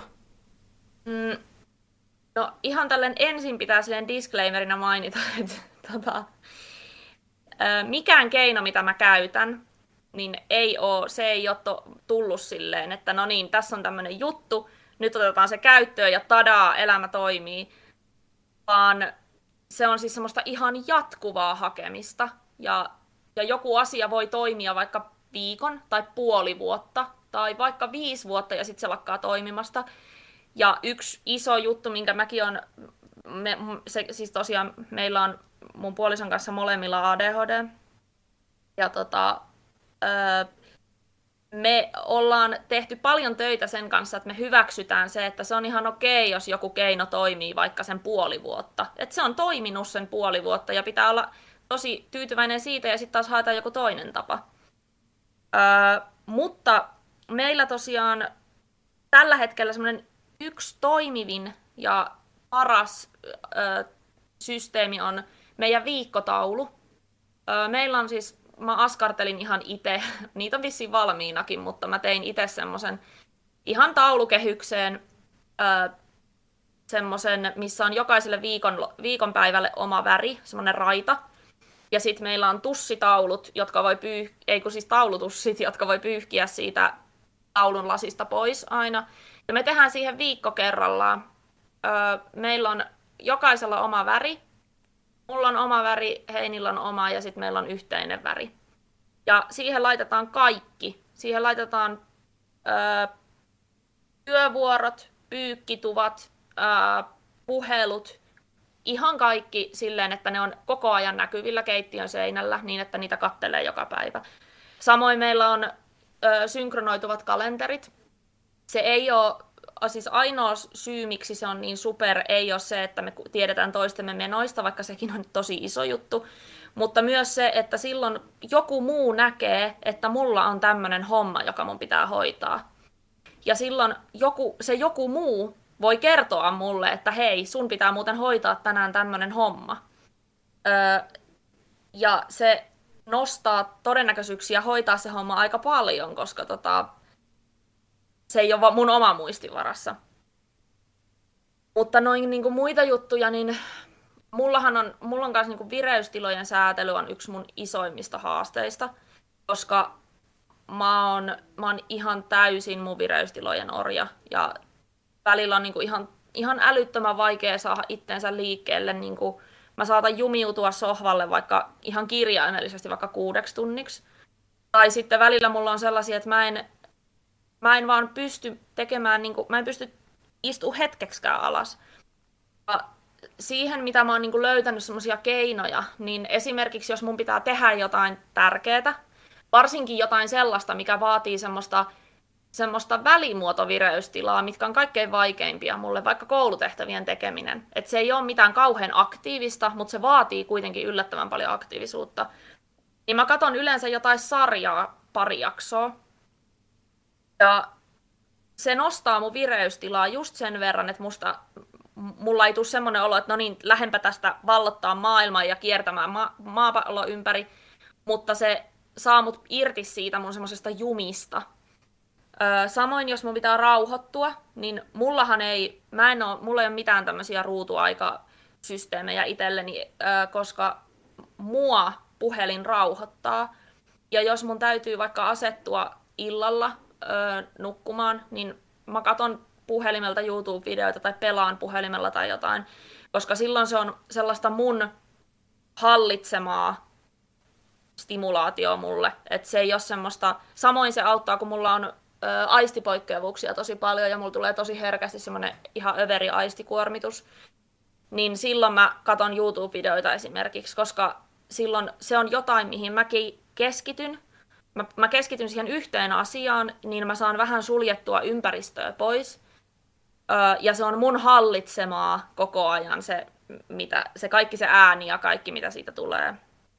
No ihan tälleen ensin pitää silleen disclaimerina mainita, että mikään keino, mitä mä käytän, niin se ei ole tullut silleen, että no niin, tässä on tämmöinen juttu, nyt otetaan se käyttöön ja tadaa, elämä toimii. Vaan se on siis semmoista ihan jatkuvaa hakemista. Ja joku asia voi toimia vaikka viikon tai puoli vuotta tai vaikka 5 vuotta ja sitten se lakkaa toimimasta. Ja yksi iso juttu, minkä mäkin on, siis tosiaan meillä on mun puolison kanssa molemmilla ADHD. Ja me ollaan tehty paljon töitä sen kanssa, että me hyväksytään se, että se on ihan okei, jos joku keino toimii vaikka sen puoli vuotta. Että se on toiminut sen puoli vuotta ja pitää olla tosi tyytyväinen siitä ja sitten taas haetaan joku toinen tapa. Mutta meillä tosiaan tällä hetkellä semmoinen yksi toimivin ja paras systeemi on meidän viikkotaulu. Meillä on siis, mä askartelin ihan itse, niitä on vissiin valmiinakin, mutta mä tein itse semmoisen ihan taulukehykseen, semmoisen, missä on jokaiselle viikonpäivälle oma väri, semmoinen raita. Ja sitten meillä on tussitaulut, jotka voi taulutussit, jotka voi pyyhkiä siitä taulun lasista pois aina. Ja me tehdään siihen viikko kerrallaan. Meillä on jokaisella oma väri. Mulla on oma väri, Heinillä on oma ja sitten meillä on yhteinen väri. Ja siihen laitetaan kaikki. Siihen laitetaan työvuorot, pyykkituvat, puhelut, ihan kaikki silleen, että ne on koko ajan näkyvillä keittiön seinällä niin, että niitä kattelee joka päivä. Samoin meillä on synkronoituvat kalenterit. Se ei ole, siis ainoa syy, miksi se on niin super, ei ole se, että me tiedetään toistemme menoista, vaikka sekin on tosi iso juttu, mutta myös se, että silloin joku muu näkee, että mulla on tämmöinen homma, joka mun pitää hoitaa. Ja silloin se joku muu voi kertoa mulle, että hei, sun pitää muuten hoitaa tänään tämmöinen homma. Ja se nostaa todennäköisyyksiä hoitaa se homma aika paljon, koska se ei ole mun oma muistin Mutta noin niin kuin muita juttuja, niin mulla on myös niin kuin vireystilojen säätely on yksi mun isoimmista haasteista, koska mä oon ihan täysin mun vireystilojen orja ja välillä on niin kuin ihan älyttömän vaikea saada itteensä liikkeelle. Niin kuin mä saatan jumiutua sohvalle vaikka ihan kirjaimellisesti vaikka 6 tunniksi. Tai sitten välillä mulla on sellaisia, että mä en vaan pysty tekemään, niin kuin, mä en pysty istumaan hetkeksikään alas. Ja siihen, mitä mä oon niin kuin löytänyt semmoisia keinoja, niin esimerkiksi jos mun pitää tehdä jotain tärkeää, varsinkin jotain sellaista, mikä vaatii semmoista välimuotovireystilaa, mitkä on kaikkein vaikeimpia mulle, vaikka koulutehtävien tekeminen. Et se ei ole mitään kauhean aktiivista, mutta se vaatii kuitenkin yllättävän paljon aktiivisuutta. Niin mä katson yleensä jotain sarjaa pari jaksoa. Ja se nostaa mun vireystilaa just sen verran, että mulla ei tule semmoinen olo, että no niin, lähdenpä tästä vallottaa maailmaa ja kiertämään maapallon ympäri. Mutta se saa mut irti siitä mun semmosesta jumista. Samoin jos mun pitää rauhoittua, niin mulla ei ole mitään tämmöisiä ruutuaikasysteemejä itselleni, koska mua puhelin rauhoittaa. Ja jos mun täytyy vaikka asettua illalla nukkumaan, niin mä katon puhelimelta YouTube-videoita tai pelaan puhelimella tai jotain, koska silloin se on sellaista mun hallitsemaa stimulaatioa mulle. Että se ei ole semmoista, samoin se auttaa, kun mulla on aistipoikkeavuuksia tosi paljon ja mulla tulee tosi herkästi semmoinen ihan överi aistikuormitus, niin silloin mä katon YouTube-videoita esimerkiksi, koska silloin se on jotain, mihin mäkin keskityn. Mä keskityn siihen yhteen asiaan, niin mä saan vähän suljettua ympäristöä pois. Ja se on mun hallitsemaa koko ajan, se kaikki se ääni ja kaikki, mitä siitä tulee.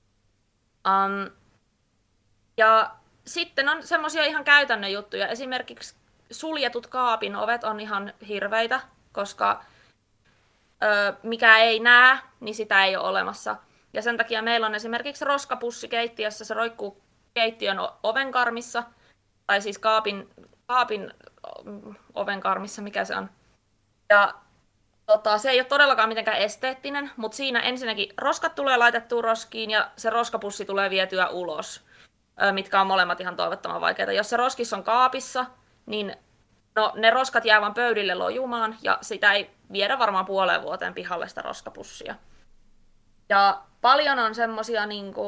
Ja sitten on semmoisia ihan käytännön juttuja. Esimerkiksi suljetut kaapin ovet on ihan hirveitä, koska mikä ei näe, niin sitä ei ole olemassa. Ja sen takia meillä on esimerkiksi roskapussi keittiössä, se roikkuu keittiön ovenkarmissa, tai siis kaapin ovenkarmissa, mikä se on. Ja se ei ole todellakaan mitenkään esteettinen, mutta siinä ensinnäkin roskat tulee laitettua roskiin ja se roskapussi tulee vietyä ulos, mitkä on molemmat ihan toivottoman vaikeita. Jos se roskis on kaapissa, niin ne roskat jää vaan pöydille lojumaan ja sitä ei viedä varmaan puoleen vuoteen pihalle sitä roskapussia. Ja paljon on semmosia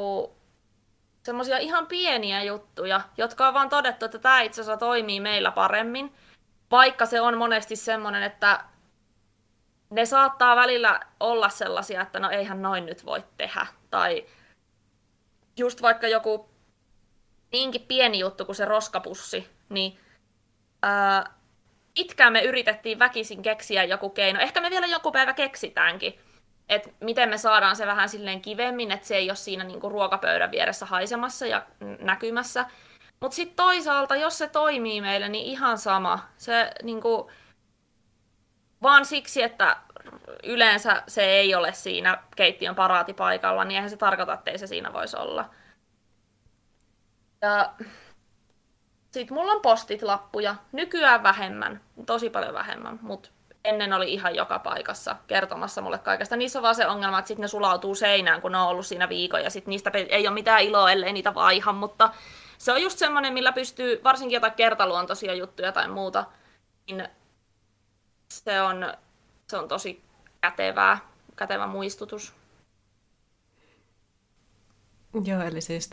ihan pieniä juttuja, jotka on vaan todettu, että tämä itse asiassa toimii meillä paremmin, vaikka se on monesti semmoinen, että ne saattaa välillä olla sellaisia, että no eihän noin nyt voi tehdä. Tai just vaikka joku niinkin pieni juttu kuin se roskapussi, niin pitkään me yritettiin väkisin keksiä joku keino. Ehkä me vielä joku päivä keksitäänkin, että miten me saadaan se vähän silleen kivemmin, että se ei ole siinä niinku ruokapöydän vieressä haisemassa ja näkymässä. Mutta sitten toisaalta, jos se toimii meille, niin ihan sama. Se niinku, vaan siksi, että yleensä se ei ole siinä keittiön paraatipaikalla, niin eihän se tarkoita, että ei se siinä voisi olla. Ja sitten mulla on postit-lappuja. Nykyään vähemmän, tosi paljon vähemmän, mutta ennen oli ihan joka paikassa kertomassa mulle kaikesta. Niissä on vaan se ongelma, että sitten ne sulautuu seinään, kun ne on ollut siinä viikon, ja sitten niistä ei ole mitään iloa, ellei niitä vaiha, mutta se on just semmoinen, millä pystyy, varsinkin jotain kertaluontoisia juttuja tai muuta, niin se on tosi kätevä muistutus. Joo, eli siis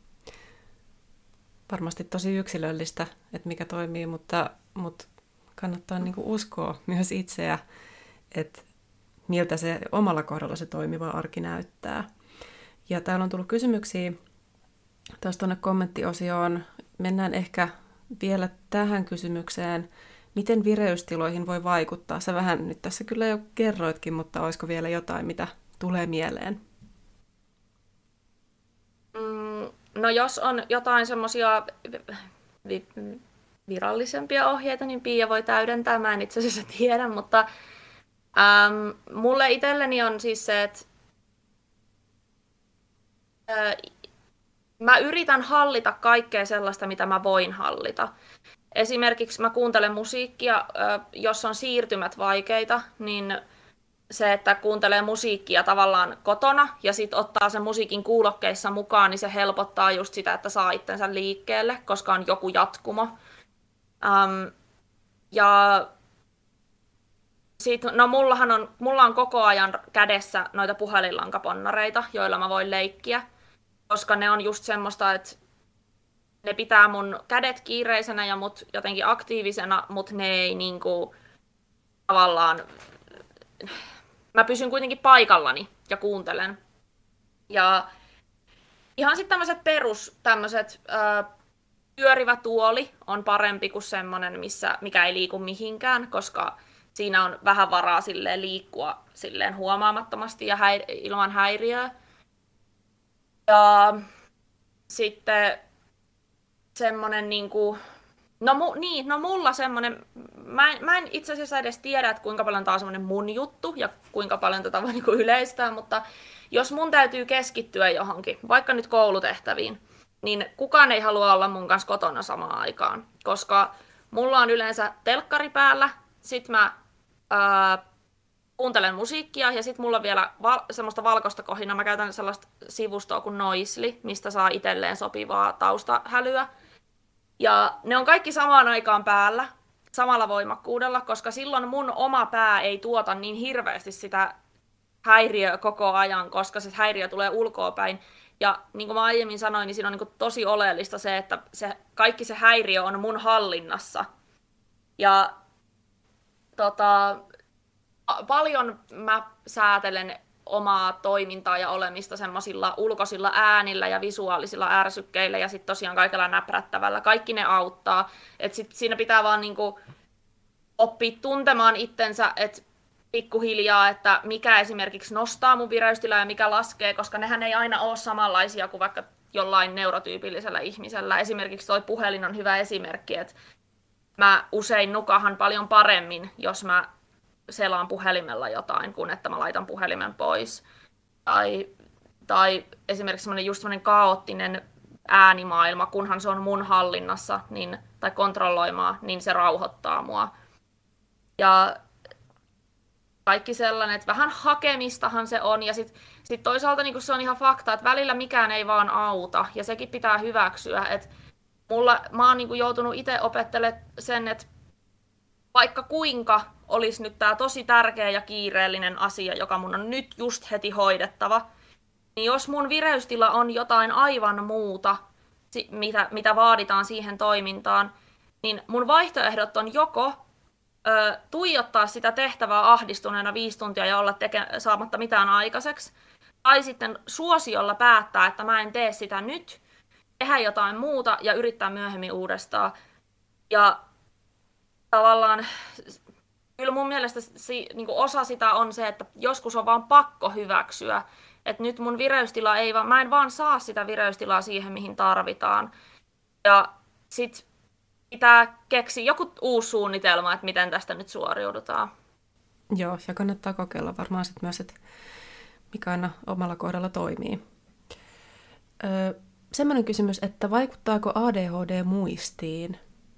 varmasti tosi yksilöllistä, että mikä toimii, mutta kannattaa niinku uskoa myös itseä, että miltä se omalla kohdalla se toimiva arki näyttää. Ja täällä on tullut kysymyksiä taas tuonne kommenttiosioon. Mennään ehkä vielä tähän kysymykseen. Miten vireystiloihin voi vaikuttaa? Sä vähän nyt tässä kyllä jo kerroitkin, mutta olisiko vielä jotain, mitä tulee mieleen? No jos on jotain semmoisia virallisempia ohjeita, niin Pia voi täydentää. Mä en itse asiassa tiedä, mutta mulle itselleni on siis se, että mä yritän hallita kaikkea sellaista, mitä mä voin hallita. Esimerkiksi mä kuuntelen musiikkia, jos on siirtymät vaikeita, niin se, että kuuntelee musiikkia tavallaan kotona ja sitten ottaa sen musiikin kuulokkeissa mukaan, niin se helpottaa just sitä, että saa itsensä liikkeelle, koska on joku jatkumo. Ja no mulla on koko ajan kädessä noita puhelinlankaponnareita, joilla mä voin leikkiä, koska ne on just semmoista, että ne pitää mun kädet kiireisenä ja mut jotenkin aktiivisena, mutta ne ei niinku tavallaan, mä pysyn kuitenkin paikallani ja kuuntelen. Ja ihan sitten tämmöiset pyörivä tuoli on parempi kuin semmoinen, mikä ei liiku mihinkään, koska siinä on vähän varaa silleen liikkua silleen huomaamattomasti ja ilman häiriöä. Ja sitten semmoinen niinku, no mulla semmoinen, mä en itse asiassa edes tiedä, että kuinka paljon tää on semmoinen mun juttu ja kuinka paljon tätä voi niinku yleistää, mutta jos mun täytyy keskittyä johonkin, vaikka nyt koulutehtäviin, niin kukaan ei halua olla mun kanssa kotona samaan aikaan, koska mulla on yleensä telkkari päällä, sit mä kuuntelen musiikkia ja sit mulla on vielä semmoista valkoista kohinaa. Mä käytän sellaista sivustoa kuin Noisli, mistä saa itselleen sopivaa taustahälyä. Ja ne on kaikki samaan aikaan päällä, samalla voimakkuudella, koska silloin mun oma pää ei tuota niin hirveästi sitä häiriöä koko ajan, koska se häiriö tulee ulkoapäin. Ja niin kuin mä aiemmin sanoin, niin siinä on niin kuin tosi oleellista se, että kaikki se häiriö on mun hallinnassa. Ja paljon mä säätelen omaa toimintaa ja olemista semmoisilla ulkoisilla äänillä ja visuaalisilla ärsykkeillä ja sitten tosiaan kaikella näprättävällä. Kaikki ne auttaa. Et sit siinä pitää vaan niinku oppia tuntemaan itsensä, että pikkuhiljaa, että mikä esimerkiksi nostaa mun vireystilaa ja mikä laskee, koska nehän ei aina ole samanlaisia kuin vaikka jollain neurotyypillisellä ihmisellä. Esimerkiksi toi puhelin on hyvä esimerkki, että mä usein nukahan paljon paremmin, jos mä selaan puhelimella jotain, kuin että mä laitan puhelimen pois. Tai esimerkiksi semmoinen kaoottinen äänimaailma, kunhan se on mun hallinnassa tai kontrolloimaa, niin se rauhoittaa mua. Ja kaikki sellainen, että vähän hakemistahan se on. Ja sit toisaalta niin se on ihan fakta, että välillä mikään ei vaan auta. Ja sekin pitää hyväksyä. Että mä oon niin joutunut itse opettelemaan sen, että vaikka kuinka olisi nyt tämä tosi tärkeä ja kiireellinen asia, joka mun on nyt just heti hoidettava, niin jos mun vireystila on jotain aivan muuta, mitä vaaditaan siihen toimintaan, niin mun vaihtoehdot on joko tuijottaa sitä tehtävää ahdistuneena 5 tuntia ja olla saamatta mitään aikaiseksi, tai sitten suosiolla päättää, että mä en tee sitä nyt, tehdä jotain muuta ja yrittää myöhemmin uudestaan. Ja tavallaan kyllä mun mielestä niin osa sitä on se, että joskus on vaan pakko hyväksyä, että nyt mun vireystila mä en vaan saa sitä vireystilaa siihen, mihin tarvitaan. Ja sit pitää keksiä joku uusi suunnitelma, että miten tästä nyt suoriudutaan. Joo, ja kannattaa kokeilla varmaan sit myös, että mikä aina omalla kohdalla toimii. Semmoinen kysymys, että vaikuttaako ADHD muistiin?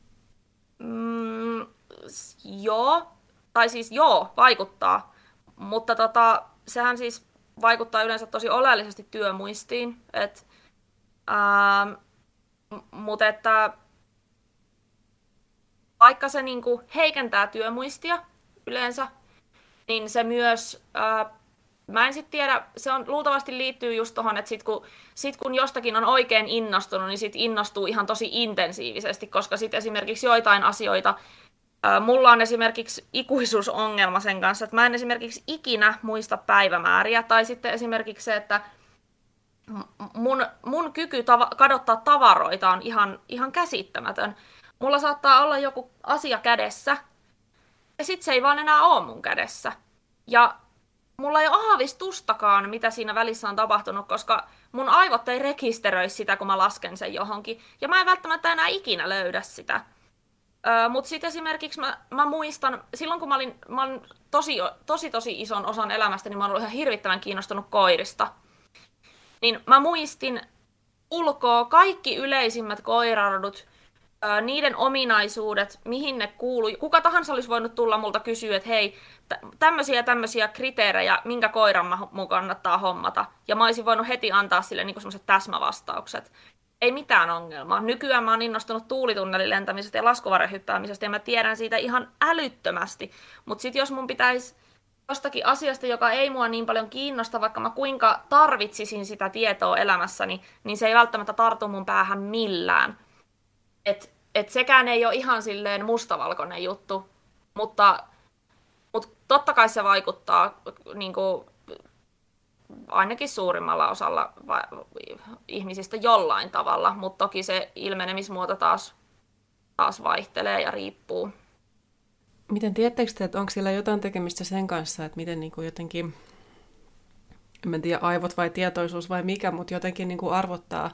Joo, tai siis joo, vaikuttaa, mutta sehän siis vaikuttaa yleensä tosi oleellisesti työmuistiin, mutta että vaikka se niinku heikentää työmuistia yleensä, niin se myös, mä en sitten tiedä, se on luultavasti liittyy just tohon, että sit kun jostakin on oikein innostunut, niin sit innostuu ihan tosi intensiivisesti, koska sit esimerkiksi joitain asioita, mulla on esimerkiksi ikuisuusongelma sen kanssa, että mä en esimerkiksi ikinä muista päivämääriä, tai sitten esimerkiksi se, että mun kyky kadottaa tavaroita on ihan käsittämätön. Mulla saattaa olla joku asia kädessä, ja sit se ei vaan enää ole mun kädessä. Ja mulla ei ole aavistustakaan, mitä siinä välissä on tapahtunut, koska mun aivot ei rekisteröi sitä, kun mä lasken sen johonkin. Ja mä en välttämättä enää ikinä löydä sitä. Mutta sitten esimerkiksi mä muistan, silloin kun mä olin tosi ison osan elämästä, niin mä olin ollut ihan hirvittävän kiinnostunut koirista. Niin mä muistin ulkoa kaikki yleisimmät koirarodut, niiden ominaisuudet, mihin ne kuului. Kuka tahansa olisi voinut tulla multa kysyä, että hei, tämmöisiä kriteerejä, minkä koiran mun kannattaa hommata. Ja mä olisin voinut heti antaa sille niin semmoiset täsmävastaukset. Ei mitään ongelmaa. Nykyään mä oon innostunut tuulitunnelin lentämisestä ja laskuvarjohyppäämisestä ja mä tiedän siitä ihan älyttömästi. Mutta sitten jos mun pitäisi jostakin asiasta, joka ei mua niin paljon kiinnosta, vaikka mä kuinka tarvitsisin sitä tietoa elämässäni, niin se ei välttämättä tartu mun päähän millään. Et sekään ei ole ihan silleen mustavalkoinen juttu, mutta totta kai se vaikuttaa niin kuin, ainakin suurimmalla osalla ihmisistä jollain tavalla, mutta toki se ilmenemismuoto taas vaihtelee ja riippuu. Miten tiedättekö te, että onko sillä jotain tekemistä sen kanssa, että miten niin kuin jotenkin, en tiedä aivot vai tietoisuus vai mikä, mutta jotenkin niin kuin arvottaa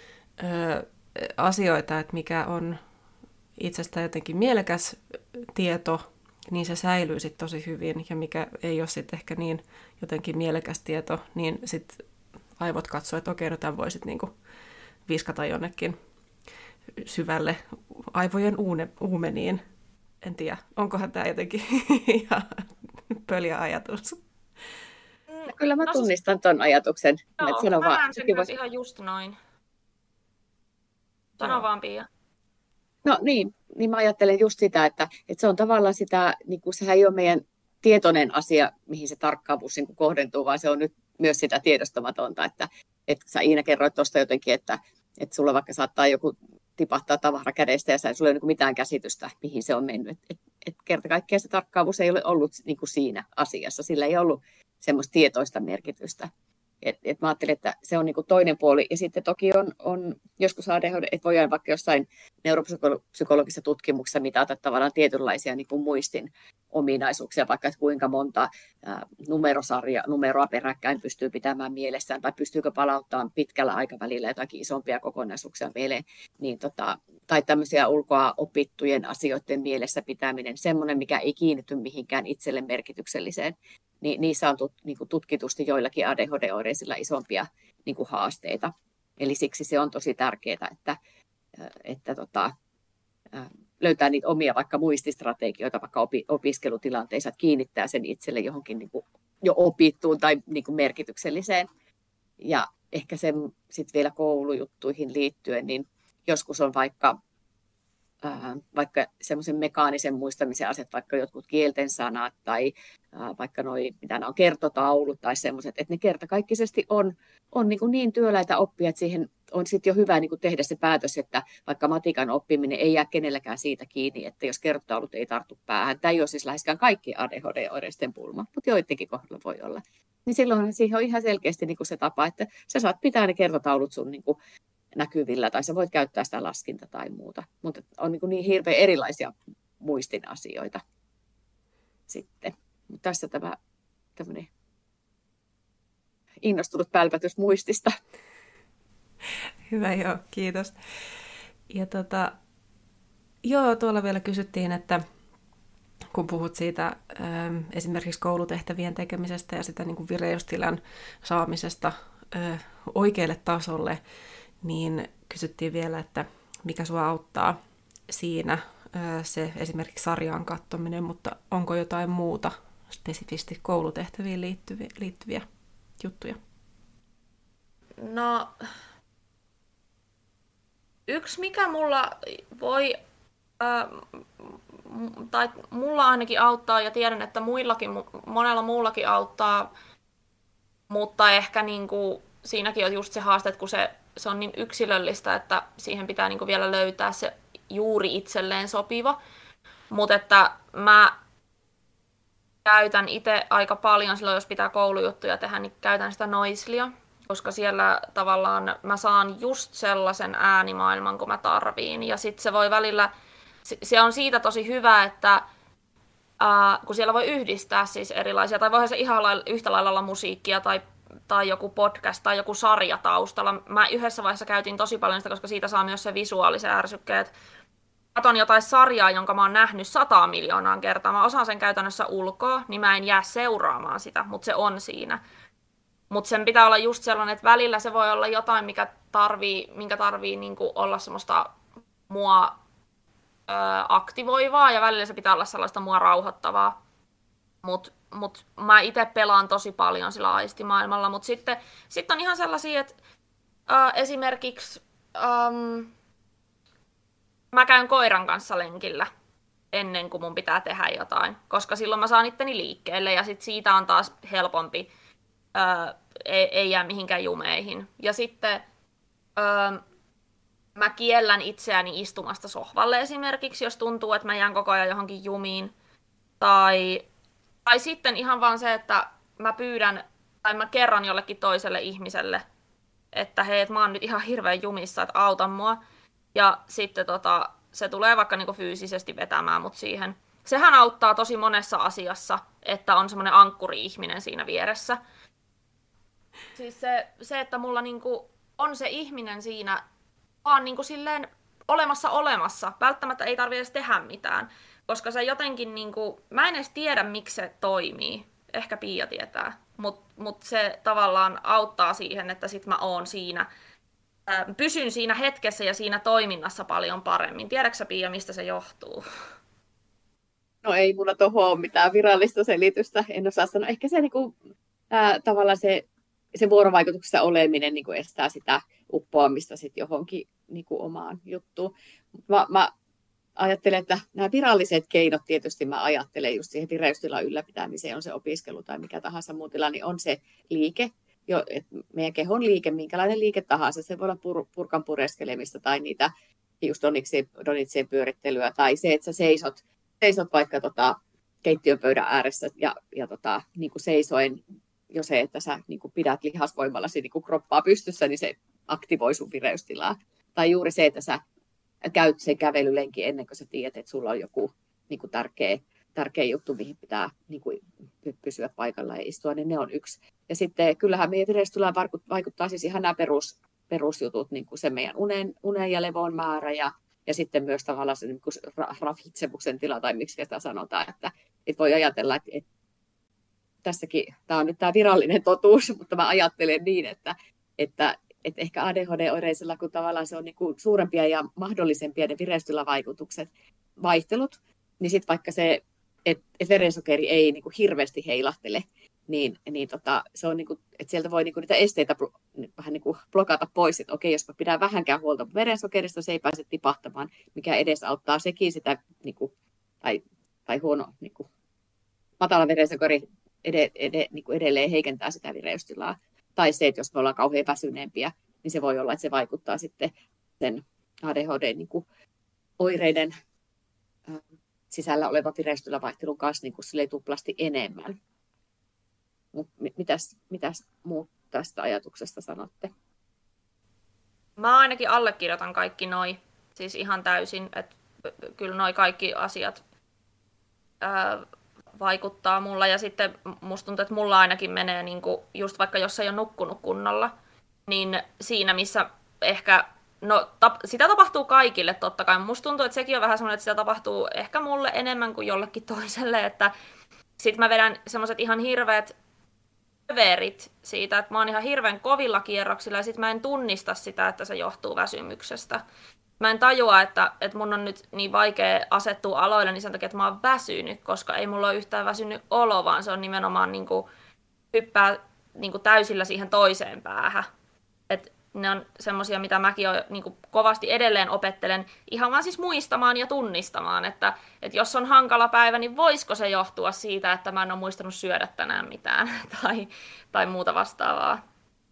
asioita, että mikä on itsestään jotenkin mielekäs tieto, niin se säilyy sitten tosi hyvin, ja mikä ei ole sitten ehkä niin jotenkin mielekäs tieto, niin sitten aivot katsoo, että okei, no tämän voisit niinku viskata jonnekin syvälle aivojen uumeniin. En tiedä, onkohan tämä jotenkin ihan pöljä ajatus. Kyllä mä tunnistan ton ajatuksen. Joo, mä näen sen myös ihan just noin. Sano vaan, Pia. No niin mä ajattelen just sitä, että se on tavallaan sitä, niin kuin sehän ei ole meidän tietoinen asia, mihin se tarkkaavuus niin kuin kohdentuu, vaan se on nyt myös sitä tiedostamatonta, että sä Iina kerroit tuosta jotenkin, että sulla vaikka saattaa joku tipahtaa tavara kädestä ja sulla ei ole niin kuin mitään käsitystä, mihin se on mennyt. Et kerta kaikkiaan se tarkkaavuus ei ole ollut niin kuin siinä asiassa, sillä ei ollut semmoista tietoista merkitystä. Mä ajattelin, että se on niin kuin toinen puoli. Ja sitten toki on joskus ADHD, että voidaan vaikka jossain neuropsykologisessa tutkimuksessa mitata tavallaan tietynlaisia niin kuin muistin ominaisuuksia, vaikka että kuinka monta numeroa peräkkäin pystyy pitämään mielessään, tai pystyykö palauttamaan pitkällä aikavälillä jotakin isompia kokonaisuuksia mieleen, niin tai tämmöisiä ulkoa opittujen asioiden mielessä pitäminen, semmoinen, mikä ei kiinnity mihinkään itselle merkitykselliseen, niin niissä on tutkitusti joillakin ADHD-oireisilla isompia niin kuin haasteita. Eli siksi se on tosi tärkeää, että löytää niitä omia vaikka muististrategioita vaikka opiskelutilanteissa, että kiinnittää sen itselle johonkin niin kuin jo opittuun tai niin kuin merkitykselliseen. Ja ehkä sen sitten vielä koulujuttuihin liittyen, niin joskus on vaikka semmoisen mekaanisen muistamisen asiat, vaikka jotkut kielten sanat tai vaikka mitä nämä on kertotaulut tai semmoiset, että ne kertakaikkisesti on niin työläitä oppia, että siihen on sitten jo hyvä niin kuin tehdä se päätös, että vaikka matikan oppiminen ei jää kenelläkään siitä kiinni, että jos kertotaulut ei tartu päähän, tämä ei ole siis läheskään kaikki ADHD-oireisten pulma, mutta joidenkin kohdalla voi olla, niin silloin siihen on ihan selkeästi niin kuin se tapa, että sä saat pitää ne kertotaulut sun niin kuin näkyvillä, tai sä voit käyttää sitä laskinta tai muuta. Mutta on niin hirveän erilaisia muistin asioita sitten. Mutta tässä tämä tämmöinen innostunut pälpätys muistista. Hyvä, joo, kiitos. Ja tuolla vielä kysyttiin, että kun puhut siitä esimerkiksi koulutehtävien tekemisestä ja sitä niin kuin vireystilan saamisesta oikealle tasolle, niin kysyttiin vielä, että mikä sua auttaa siinä se esimerkiksi sarjaan katsominen, mutta onko jotain muuta spesifisti koulutehtäviin liittyviä juttuja? No, yksi mikä mulla voi, tai mulla ainakin auttaa, ja tiedän, että monella muullakin auttaa, mutta ehkä niinku, siinäkin on just se haaste, että kun se on niin yksilöllistä, että siihen pitää niinku vielä löytää se juuri itselleen sopiva. Mutta että mä käytän itse aika paljon silloin, jos pitää koulujuttuja tehdä, niin käytän sitä Noiselia, koska siellä tavallaan mä saan just sellaisen äänimaailman, kun mä tarviin. Ja sitten se voi välillä, se on siitä tosi hyvä, että kun siellä voi yhdistää siis erilaisia, tai voihan se ihan yhtä lailla olla musiikkia tai joku podcast tai joku sarja taustalla. Mä yhdessä vaiheessa käytin tosi paljon sitä, koska siitä saa myös se visuaalisen ärsykkeet. Katon jotain sarjaa, jonka mä oon nähnyt 100 miljoonaa kertaa. Mä osaan sen käytännössä ulkoa, niin mä en jää seuraamaan sitä, mutta se on siinä. Mutta sen pitää olla just sellainen, että välillä se voi olla jotain, minkä tarvii niinku olla semmoista mua aktivoivaa, ja välillä se pitää olla sellaista mua rauhoittavaa. Mut mä itse pelaan tosi paljon sillä aistimaailmalla, mutta sitten on ihan sellaisia, että esimerkiksi mä käyn koiran kanssa lenkillä ennen kuin mun pitää tehdä jotain, koska silloin mä saan itteni liikkeelle ja sit siitä on taas helpompi, ei jää mihinkään jumeihin. Ja sitten mä kiellän itseäni istumasta sohvalle esimerkiksi, jos tuntuu, että mä jään koko ajan johonkin jumiin. Tai sitten ihan vaan se, että mä pyydän, tai mä kerron jollekin toiselle ihmiselle, että hei, mä oon nyt ihan hirveän jumissa, että auta mua. Ja sitten se tulee vaikka niinku fyysisesti vetämään mut siihen. Sehän auttaa tosi monessa asiassa, että on semmoinen ankkuri-ihminen siinä vieressä. Siis se että mulla niinku on se ihminen siinä vaan niinku silleen olemassa. Välttämättä ei tarvitse edes tehdä mitään. Koska se jotenkin niinku, mä en edes tiedä miksi se toimii. Ehkä Pia tietää. Mut se tavallaan auttaa siihen, että sit mä oon siinä pysyn siinä hetkessä ja siinä toiminnassa paljon paremmin. Tiedätkö Pia, mistä se johtuu? No ei mulla tuohon ole mitään virallista selitystä, en osaa sanoa. Ehkä se niinku, tavallaan se vuorovaikutuksessa oleminen niinku estää sitä uppoamista sit johonkin niinku omaan juttuun. Mä ajattelen, että nämä viralliset keinot tietysti mä ajattelen just siihen vireystilan ylläpitämiseen, on se opiskelu tai mikä tahansa muu tila, niin on se liike, meidän kehon liike, minkälainen liike tahansa, se voi olla purkan pureskelemista tai niitä just donitsien pyörittelyä tai se, että sä seisot vaikka keittiöpöydän ääressä ja niin kuin seisoen jo se, että sä niin kuin pidät lihasvoimallasi niin kuin kroppaa pystyssä, niin se aktivoi sun vireystilaa. Tai juuri se, että sä käyt sen kävelylenkin ennen kuin sä tiedät, että sulla on joku niin kuin tärkeä juttu, mihin pitää niin kuin pysyä paikalla ja istua, niin ne on yksi. Ja sitten kyllähän meidän vireystilaan vaikuttaa siis ihan nämä perusjutut, niin kuin se meidän unen ja levon määrä ja sitten myös tavallaan se niin kuin ravitsemuksen tila, tai miksi sitä sanotaan, että voi ajatella, että tässäkin, tämä on nyt tämä virallinen totuus, mutta mä ajattelen niin, että ehkä ADHD-oireisella, kun tavallaan se on niin kuin suurempia ja mahdollisempia ne vireystilavaicutukset, vaihtelut, niin sitten vaikka se, että verensokeri ei niin kuin hirveästi heilahtele, niin se on niin kuin, että sieltä voi niin kuin niitä esteitä vähän niin kuin blokata pois, että okei, jos mä pidän vähänkään huolta verensokerista, se ei pääse tipahtamaan, mikä edesauttaa sekin sitä, niin kuin, tai huono, niin kuin, matala verensokeri niin kuin edelleen heikentää sitä vireystilaa. Tai se, että jos me ollaan kauhean väsyneempiä, niin se voi olla, että se vaikuttaa sitten sen ADHD-oireiden sisällä olevan vireystilavaihteluun kanssa niin kuin tuplasti enemmän. Mitäs muut tästä ajatuksesta sanotte? Mä ainakin allekirjoitan kaikki noi, siis ihan täysin, että kyllä noi kaikki asiat vaikuttaa mulla. Ja sitten musta tuntuu, että mulla ainakin menee niinku, just vaikka jos ei ole nukkunut kunnolla, niin siinä missä ehkä, no sitä tapahtuu kaikille totta kai. Musta tuntuu, että sekin on vähän semmoinen, että sitä tapahtuu ehkä mulle enemmän kuin jollekin toiselle, että sit mä vedän semmoiset ihan hirveät överit siitä, että mä oon ihan hirveän kovilla kierroksilla ja sit mä en tunnista sitä, että se johtuu väsymyksestä. Mä en tajua, että mun on nyt niin vaikea asettua aloille niin sen takia, että mä oon väsynyt, koska ei mulla ole yhtään väsynyt olo, vaan se on nimenomaan niin kuin hyppää niin kuin täysillä siihen toiseen päähän. Et ne on semmosia, mitä mäkin niin kuin kovasti edelleen opettelen, ihan vaan siis muistamaan ja tunnistamaan, että jos on hankala päivä, niin voisiko se johtua siitä, että mä en ole muistanut syödä tänään mitään tai muuta vastaavaa.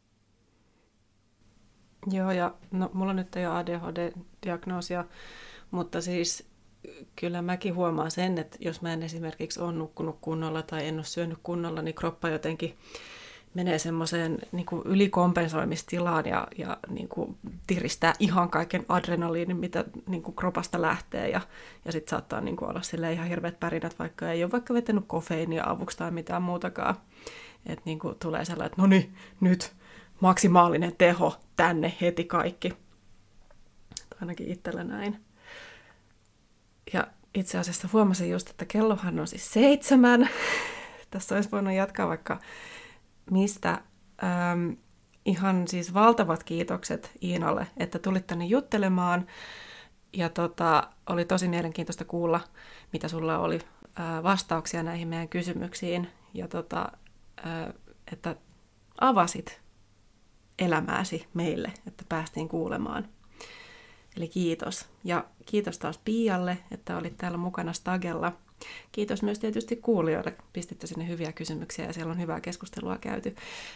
Joo, ja no, mulla nyt ei ole ADHD-diagnoosia, mutta siis kyllä mäkin huomaan sen, että jos mä en esimerkiksi ole nukkunut kunnolla tai en ole syönyt kunnolla, niin kroppa jotenkin menee semmoiseen niin kuin ylikompensoimistilaan ja niin kuin tiristää ihan kaiken adrenaliinin, mitä niin kuin kropasta lähtee. Ja sitten saattaa niin kuin olla silleen ihan hirveät pärinät, vaikka ei ole vaikka vetänyt kofeiinia avuksi tai mitään muutakaan. Että niin kuin tulee sellainen, että no niin, nyt maksimaalinen teho, tänne heti kaikki. Ainakin itsellä näin. Ja itse asiassa huomasin just, että kellohan on siis 7. Tässä olisi voinut jatkaa vaikka mistä. Ihan siis valtavat kiitokset Iinalle, että tulit tänne juttelemaan. Ja oli tosi mielenkiintoista kuulla, mitä sulla oli vastauksia näihin meidän kysymyksiin. Ja että avasit elämääsi meille, että päästiin kuulemaan. Eli kiitos. Ja kiitos taas Pialle, että olit täällä mukana Stagella. Kiitos myös tietysti kuulijoille. Pistitte sinne hyviä kysymyksiä ja siellä on hyvää keskustelua käyty.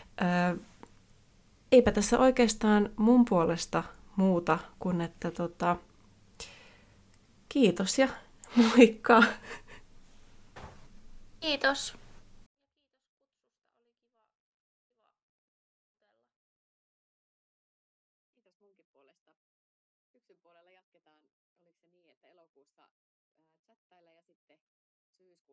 Eipä tässä oikeastaan mun puolesta muuta kuin, että kiitos ja moikka! Kiitos. Kiitos munkin puolesta. Syksyn puolella jatketaan, oliko se niin, että elokuussa chattailla ja sitten syyskuussa